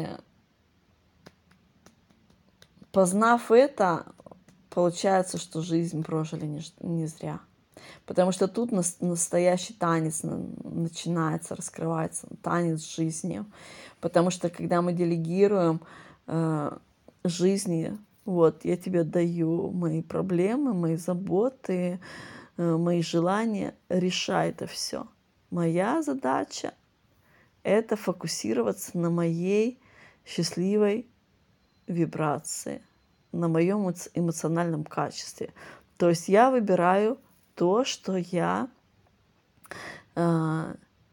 познав это, получается, что жизнь прожили не, не зря. Потому что тут нас, настоящий танец начинается, раскрывается, танец с жизнью. Потому что когда мы делегируем э, жизни, вот, я тебе даю мои проблемы, мои заботы, э, мои желания, решай это все. Моя задача – это фокусироваться на моей счастливой вибрации, на моем эмоциональном качестве. То есть я выбираю то, что я э,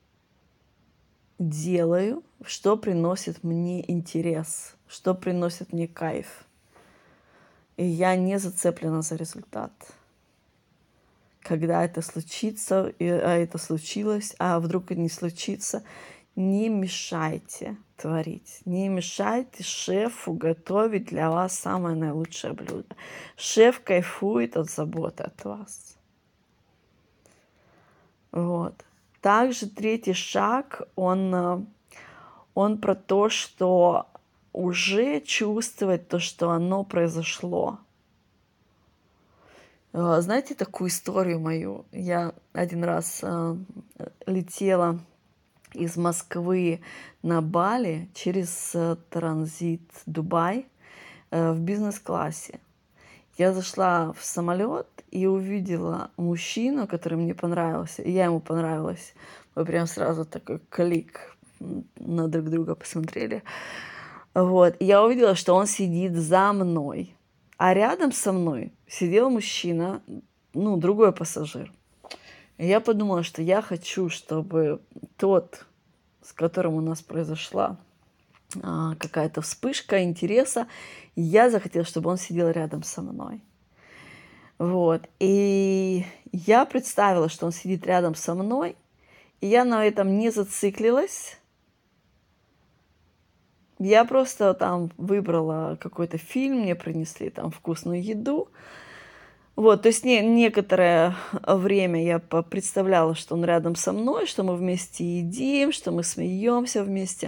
делаю, что приносит мне интерес, что приносит мне кайф. И я не зацеплена за результат. Когда это случится, и, а это случилось, а вдруг это не случится, не мешайте творить, не мешайте шефу готовить для вас самое наилучшее блюдо. Шеф кайфует от заботы от вас. Вот. Также третий шаг, он, он про то, что уже чувствовать то, что оно произошло. Знаете такую историю мою? Я один раз э, летела из Москвы на Бали через э, транзит Дубай э, в бизнес-классе. Я зашла в самолет и увидела мужчину, который мне понравился, и я ему понравилась. Мы прям сразу такой клик на друг друга посмотрели. Вот. И я увидела, что он сидит за мной. А рядом со мной сидел мужчина, ну, другой пассажир. И я подумала, что я хочу, чтобы тот, с которым у нас произошла а, какая-то вспышка интереса, я захотела, чтобы он сидел рядом со мной. Вот. И я представила, что он сидит рядом со мной, и я на этом не зациклилась. Я просто там выбрала какой-то фильм, мне принесли там вкусную еду. Вот, то есть не, некоторое время я представляла, что он рядом со мной, что мы вместе едим, что мы смеемся вместе.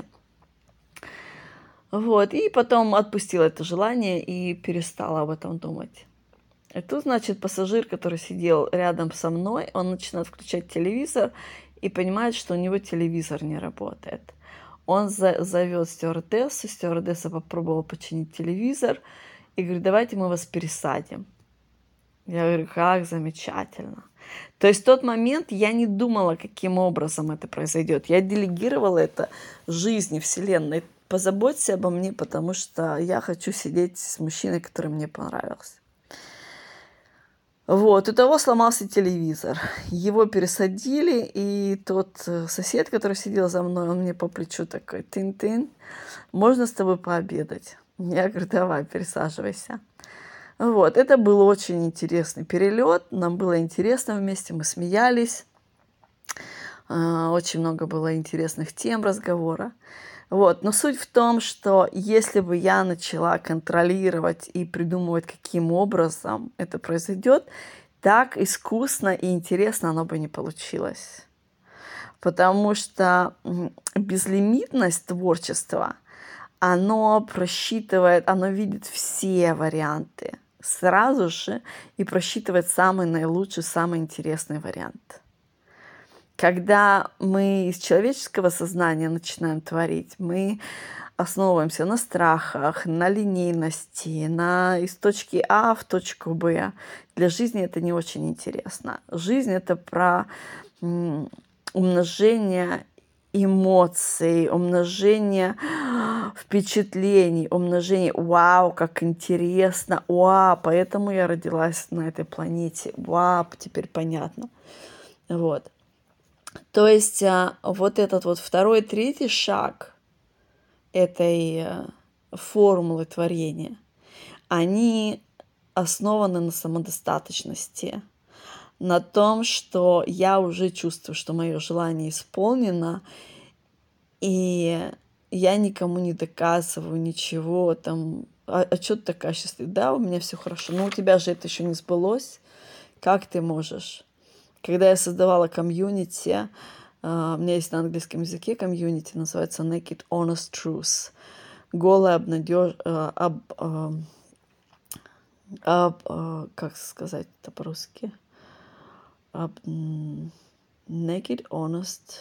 Вот, и потом отпустила это желание и перестала об этом думать. И тут, значит, пассажир, который сидел рядом со мной, он начинает включать телевизор и понимает, что у него телевизор не работает. Он зовет стюардессу, стюардесса попробовала починить телевизор и говорит: давайте мы вас пересадим. Я говорю: как замечательно. То есть в тот момент я не думала, каким образом это произойдет. Я делегировала это жизни, вселенной. Позаботься обо мне, потому что я хочу сидеть с мужчиной, который мне понравился. Вот, у того сломался телевизор. Его пересадили, и тот сосед, который сидел за мной, он мне по плечу такой: тын-тын, можно с тобой пообедать? Я говорю: давай, пересаживайся. Вот, это был очень интересный перелет, нам было интересно вместе, мы смеялись, очень много было интересных тем разговора. Вот, но суть в том, что если бы я начала контролировать и придумывать, каким образом это произойдет, так искусно и интересно оно бы не получилось. Потому что безлимитность творчества, оно просчитывает, оно видит все варианты сразу же и просчитывать самый наилучший, самый интересный вариант. Когда мы из человеческого сознания начинаем творить, мы основываемся на страхах, на линейности, на из точки А в точку Б. Для жизни это не очень интересно. Жизнь — это про м, умножение эмоций, умножение впечатлений, умножение «Вау, как интересно! Вау, поэтому я родилась на этой планете! Вау, теперь понятно!» Вот. То есть а, вот этот вот второй, третий шаг этой а, формулы творения, они основаны на самодостаточности, на том, что я уже чувствую, что мое желание исполнено, и я никому не доказываю ничего там. А, а что ты такая счастливая? Да, у меня все хорошо. Но у тебя же это еще не сбылось. Как ты можешь? Когда я создавала комьюнити, uh, у меня есть на английском языке комьюнити, называется Naked Honest Truth. Голая обнадеж... Uh, об, uh, об, uh, как сказать это по-русски? Об... Naked Honest.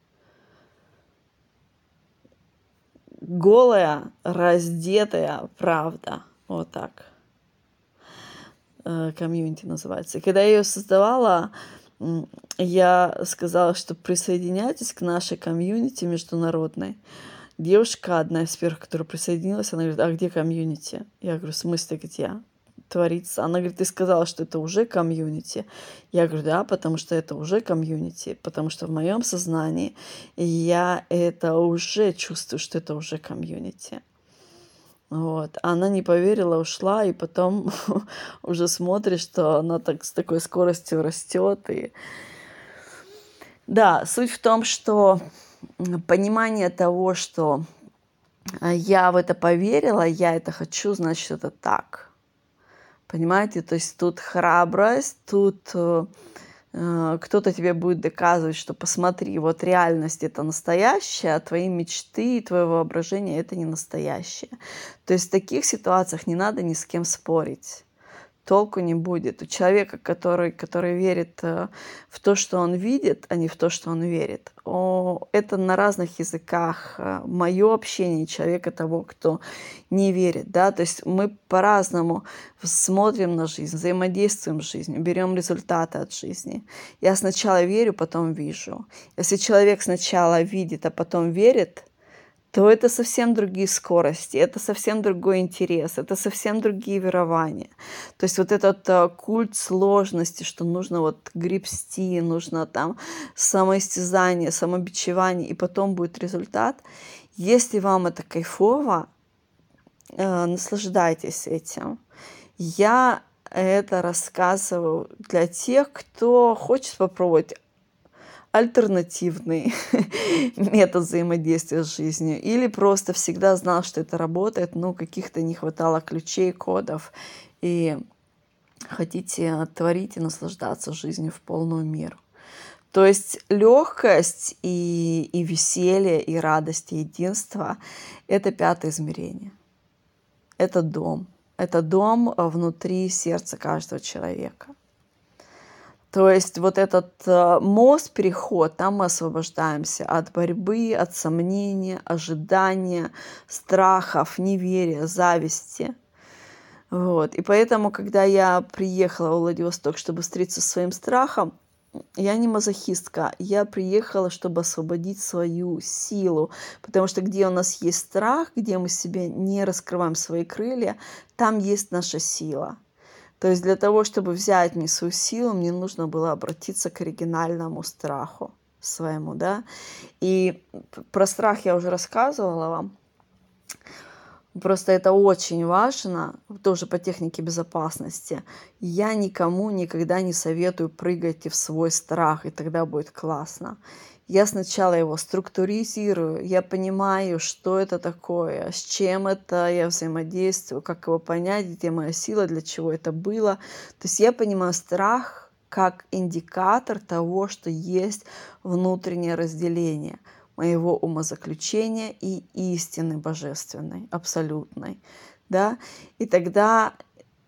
Голая, раздетая правда. Вот так. Комьюнити называется. И когда я ее создавала, я сказала, что присоединяйтесь к нашей комьюнити международной. Девушка, одна из первых, которая присоединилась, она говорит: а где комьюнити? Я говорю: в смысле где? Творится. Она говорит: ты сказала, что это уже комьюнити. Я говорю: да, потому что это уже комьюнити, потому что в моем сознании я это уже чувствую, что это уже комьюнити. Вот. Она не поверила, ушла, и потом уже смотришь, что она так с такой скоростью растет. И... Да, суть в том, что понимание того, что я в это поверила, я это хочу, значит, это так. Понимаете? То есть тут храбрость, тут э, кто-то тебе будет доказывать, что посмотри, вот реальность — это настоящая, а твои мечты и твое воображение — это не настоящее. То есть в таких ситуациях не надо ни с кем спорить. Толку не будет. У человека, который, который верит в то, что он видит, а не в то, что он верит. О, это на разных языках. Мое общение человека того, кто не верит. Да? То есть мы по-разному смотрим на жизнь, взаимодействуем с жизнью, берем результаты от жизни. Я сначала верю, потом вижу. Если человек сначала видит, а потом верит, то это совсем другие скорости, это совсем другой интерес, это совсем другие верования. То есть вот этот uh, культ сложности, что нужно вот гребсти, нужно там самоистязание, самобичевание, и потом будет результат. Если вам это кайфово, uh, наслаждайтесь этим. Я это рассказываю для тех, кто хочет попробовать альтернативный метод взаимодействия с жизнью, или просто всегда знал, что это работает, но каких-то не хватало ключей, кодов, и хотите творить и наслаждаться жизнью в полную меру. То есть легкость и, и веселье, и радость, и единство — это пятое измерение. Это дом. Это дом внутри сердца каждого человека. То есть вот этот э, мост, переход, там мы освобождаемся от борьбы, от сомнения, ожидания, страхов, неверия, зависти. Вот. И поэтому, когда я приехала в Владивосток, чтобы встретиться со своим страхом, я не мазохистка, я приехала, чтобы освободить свою силу, потому что где у нас есть страх, где мы себе не раскрываем свои крылья, там есть наша сила. То есть для того, чтобы взять мне свою силу, мне нужно было обратиться к оригинальному страху своему, да. И про страх я уже рассказывала вам. Просто это очень важно, тоже по технике безопасности. Я никому никогда не советую: прыгайте в свой страх, и тогда будет классно. Я сначала его структуризирую, я понимаю, что это такое, с чем это я взаимодействую, как его понять, где моя сила, для чего это было. То есть я понимаю страх как индикатор того, что есть внутреннее разделение моего умозаключения и истины божественной, абсолютной. Да? И тогда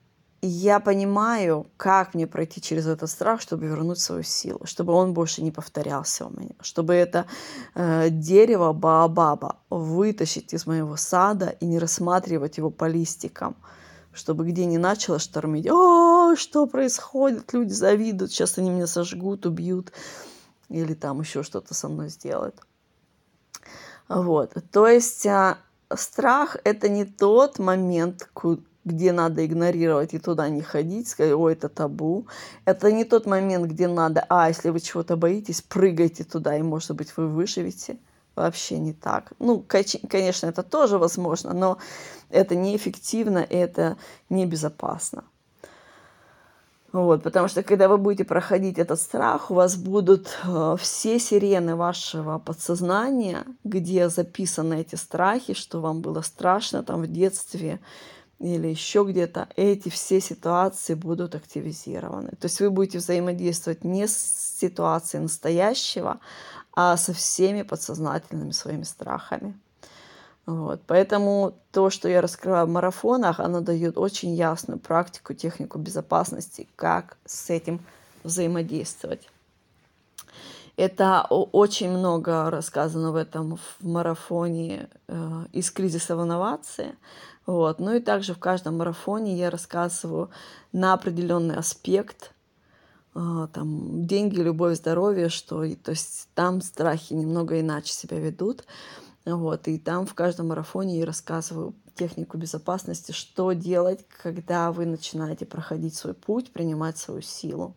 я понимаю, как мне пройти через этот страх, чтобы вернуть свою силу, чтобы он больше не повторялся у меня, чтобы это э, дерево баобаба вытащить из моего сада и не рассматривать его по листикам, чтобы где не начало штормить, о, что происходит, люди завидуют, сейчас они меня сожгут, убьют или там еще что-то со мной сделают. Вот, то есть а, страх – это не тот момент, где надо игнорировать и туда не ходить, сказать, ой, это табу. Это не тот момент, где надо, а, если вы чего-то боитесь, прыгайте туда, и, может быть, вы выживете. Вообще не так. Ну, конечно, это тоже возможно, но это неэффективно, и это небезопасно. Вот, потому что когда вы будете проходить этот страх, у вас будут э, все сирены вашего подсознания, где записаны эти страхи, что вам было страшно там в детстве или еще где-то, эти все ситуации будут активизированы. То есть вы будете взаимодействовать не с ситуацией настоящего, а со всеми подсознательными своими страхами. Вот. Поэтому то, что я раскрываю в марафонах, оно дает очень ясную практику, технику безопасности, как с этим взаимодействовать. Это очень много рассказано в этом в марафоне э, из кризиса в инновации. Вот. Ну и также в каждом марафоне я рассказываю на определенный аспект, э, там, деньги, любовь, здоровье, что, то есть там страхи немного иначе себя ведут. Вот, и там в каждом марафоне я рассказываю технику безопасности, что делать, когда вы начинаете проходить свой путь, принимать свою силу.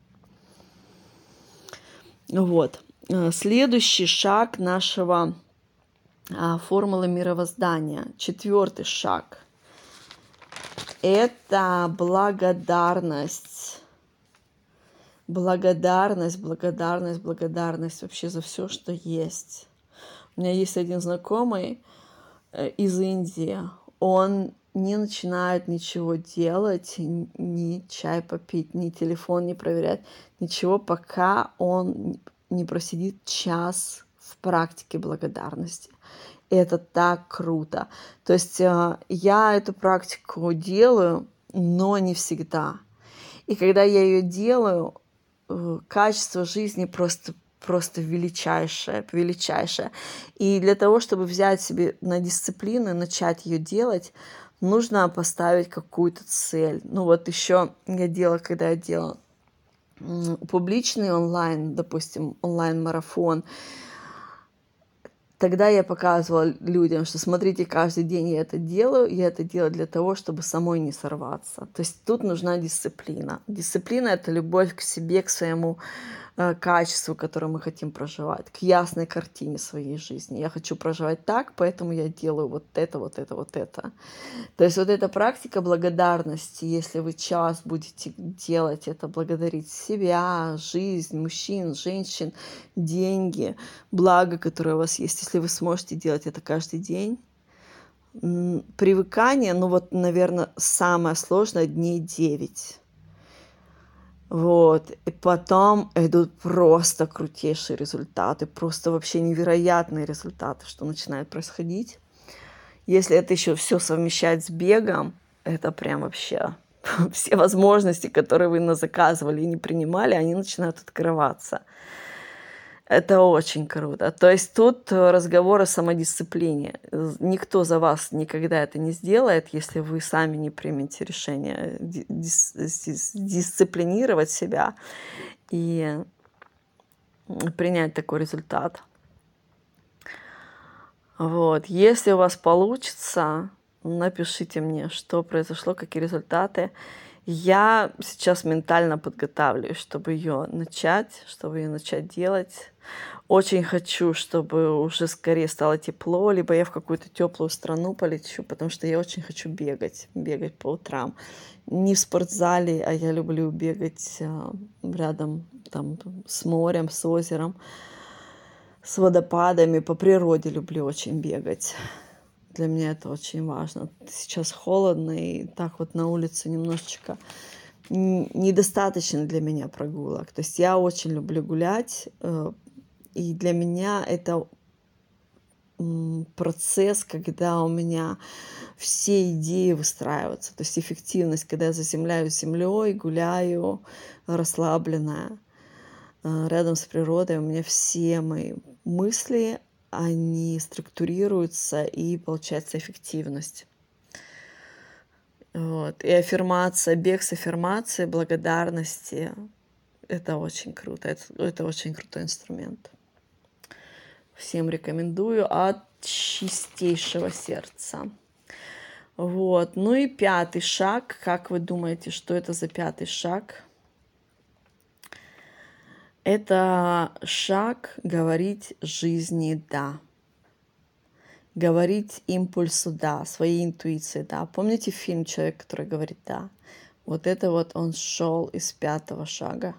Вот. Следующий шаг нашего а, формулы мировоздания, четвертый шаг, это благодарность. Благодарность, благодарность, благодарность вообще за все, что есть. У меня есть один знакомый из Индии. Он не начинает ничего делать, ни чай попить, ни телефон не проверять, ничего, пока он не просидит час в практике благодарности. И это так круто. То есть я эту практику делаю, но не всегда. И когда я ее делаю, качество жизни просто просто величайшее, величайшее. И для того, чтобы взять себе на дисциплину и начать ее делать, нужно поставить какую-то цель. Ну вот еще я делала, когда я делала публичный онлайн, допустим, онлайн-марафон, тогда я показывала людям, что смотрите, каждый день я это делаю, я это делаю для того, чтобы самой не сорваться. То есть тут нужна дисциплина. Дисциплина – это любовь к себе, к своему э, качеству, которое мы хотим проживать, к ясной картине своей жизни. Я хочу проживать так, поэтому я делаю вот это, вот это, вот это. То есть вот эта практика благодарности, если вы час будете делать это, благодарить себя, жизнь, мужчин, женщин, деньги, благо, которое у вас есть, если вы сможете делать это каждый день, привыкание, ну вот, наверное, самое сложное дней девять. Вот, и потом идут просто крутейшие результаты, просто вообще невероятные результаты, что начинает происходить. Если это еще все совмещать с бегом, это прям вообще все возможности, которые вы назаказывали и не принимали, они начинают открываться. Это очень круто. То есть тут разговор о самодисциплине. Никто за вас никогда это не сделает, если вы сами не примете решение дис- дис- дисциплинировать себя и принять такой результат. Вот. Если у вас получится, напишите мне, что произошло, какие результаты. Я сейчас ментально подготавливаюсь, чтобы ее начать, чтобы ее начать делать. Очень хочу, чтобы уже скорее стало тепло, либо я в какую-то теплую страну полечу, потому что я очень хочу бегать, бегать по утрам. Не в спортзале, а я люблю бегать рядом там, с морем, с озером, с водопадами. По природе люблю очень бегать. Для меня это очень важно. Сейчас холодно, и так вот на улице немножечко недостаточно для меня прогулок. То есть я очень люблю гулять, и для меня это процесс, когда у меня все идеи выстраиваются. То есть эффективность, когда я заземляюсь землей, гуляю, расслабленная, рядом с природой, у меня все мои мысли, они структурируются, и получается эффективность. Вот. И аффирмация, бег с аффирмацией, благодарности — это очень круто. Это, это очень крутой инструмент. Всем рекомендую от чистейшего сердца. Вот. Ну и пятый шаг. Как вы думаете, что это за пятый шаг? Это шаг говорить жизни «да». Говорить импульсу «да», своей интуиции «да». Помните фильм «Человек, который говорит «да»»? Вот это вот он шел из пятого шага.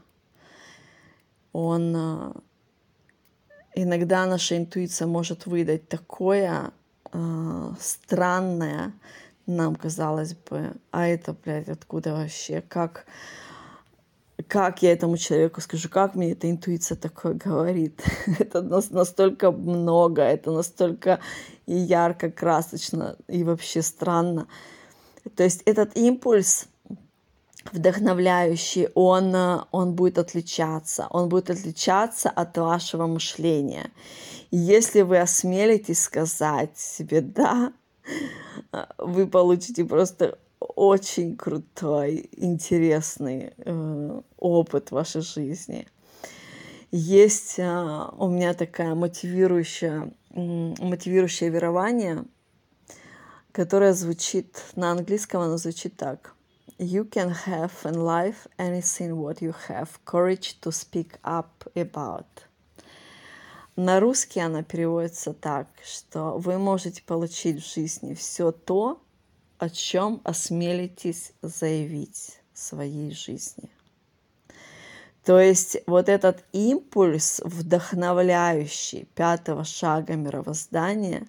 Он... Иногда наша интуиция может выдать такое э, странное, нам казалось бы, а это, блядь, откуда вообще, как, как я этому человеку скажу, как мне эта интуиция такое говорит. Это настолько много, это настолько и ярко, красочно, и вообще странно. То есть этот импульс вдохновляющий, он, он будет отличаться, он будет отличаться от вашего мышления. И если вы осмелитесь сказать себе «да», вы получите просто очень крутой, интересный э, опыт в вашей жизни. Есть э, у меня такая мотивирующая, э, мотивирующее верование, которое звучит на английском, оно звучит так. You can have in life anything what you have courage to speak up about. На русский она переводится так, что вы можете получить в жизни все то, о чем осмелитесь заявить в своей жизни. То есть вот этот импульс, вдохновляющий пятого шага мировоздания,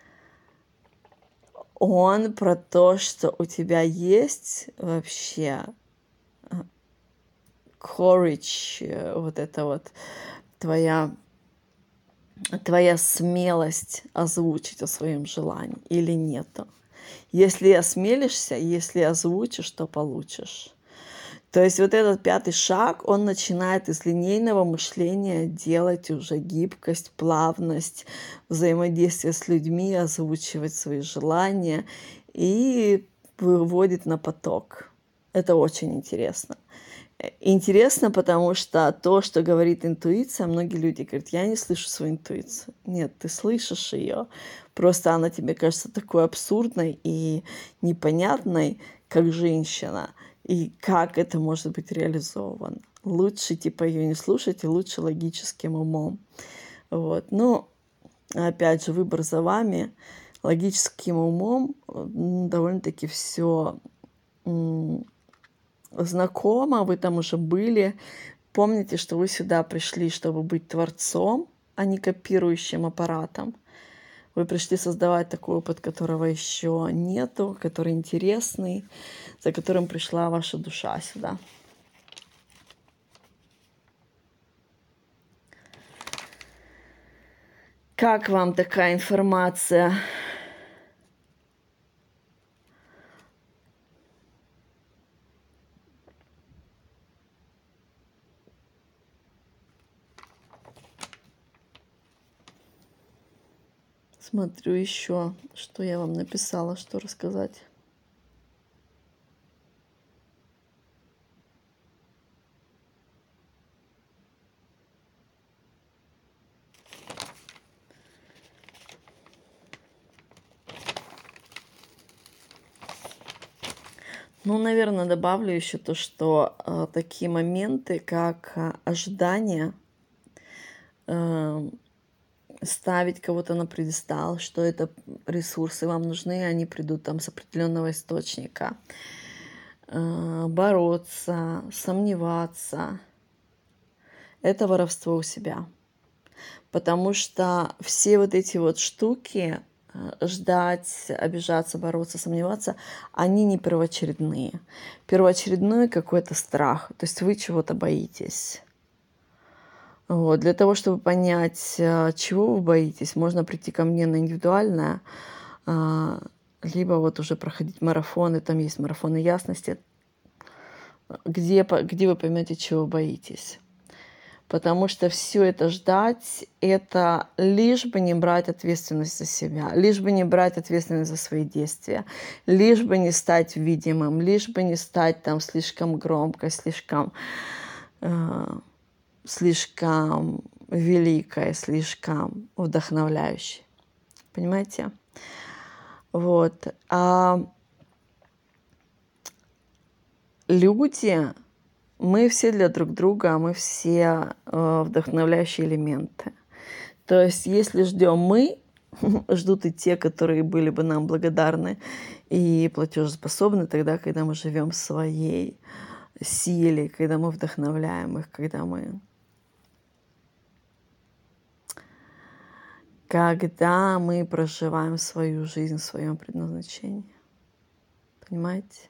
он про то, что у тебя есть вообще courage, вот это вот твоя, твоя смелость озвучить о своем желании или нету. Если осмелишься, если озвучишь, то получишь. То есть вот этот пятый шаг, он начинает из линейного мышления делать уже гибкость, плавность, взаимодействие с людьми, озвучивать свои желания и выводит на поток. Это очень интересно. Интересно, потому что то, что говорит интуиция, многие люди говорят, я не слышу свою интуицию. Нет, ты слышишь ее. Просто она тебе кажется такой абсурдной и непонятной, как женщина. И как это может быть реализовано. Лучше типа ее не слушать и лучше логическим умом. Вот. Ну, опять же, выбор за вами. Логическим умом довольно-таки все знакомо, вы там уже были. Помните, что вы сюда пришли, чтобы быть творцом, а не копирующим аппаратом. Вы пришли создавать такой опыт, которого еще нету, который интересный, за которым пришла ваша душа сюда. Как вам такая информация? Смотрю еще, что я вам написала, что рассказать. Ну, наверное, добавлю еще то, что э, такие моменты, как э, ожидание, э, ставить кого-то на пьедестал, что это ресурсы вам нужны, они придут там с определенного источника, э, бороться, сомневаться, это воровство у себя. Потому что все вот эти вот штуки, ждать, обижаться, бороться, сомневаться, они не первоочередные. Первоочередной какой-то страх. То есть вы чего-то боитесь. Вот. Для того, чтобы понять, а, чего вы боитесь, можно прийти ко мне на индивидуальное, а, либо вот уже проходить марафоны, там есть марафоны ясности, где, по- где вы поймете, чего боитесь. Потому что все это ждать, это лишь бы не брать ответственность за себя, лишь бы не брать ответственность за свои действия, лишь бы не стать видимым, лишь бы не стать там слишком громко, слишком, э, слишком великой, слишком вдохновляющей. Понимаете? Вот. А люди, мы все для друг друга, мы все э, вдохновляющие элементы. То есть, если ждем мы, ждут и те, которые были бы нам благодарны и платежеспособны тогда, когда мы живем в своей силе, когда мы вдохновляем их, когда мы, когда мы проживаем свою жизнь в своем предназначении. Понимаете?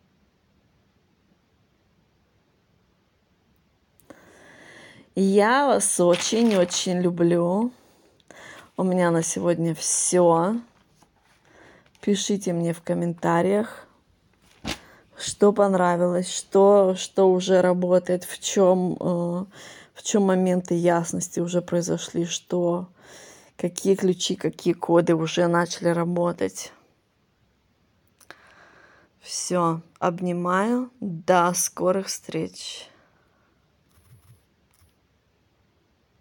Я вас очень-очень люблю. У меня на сегодня все. Пишите мне в комментариях, что понравилось, что, что уже работает, в чем, э, в чем моменты ясности уже произошли, что, какие ключи, какие коды уже начали работать. Все, обнимаю. До скорых встреч.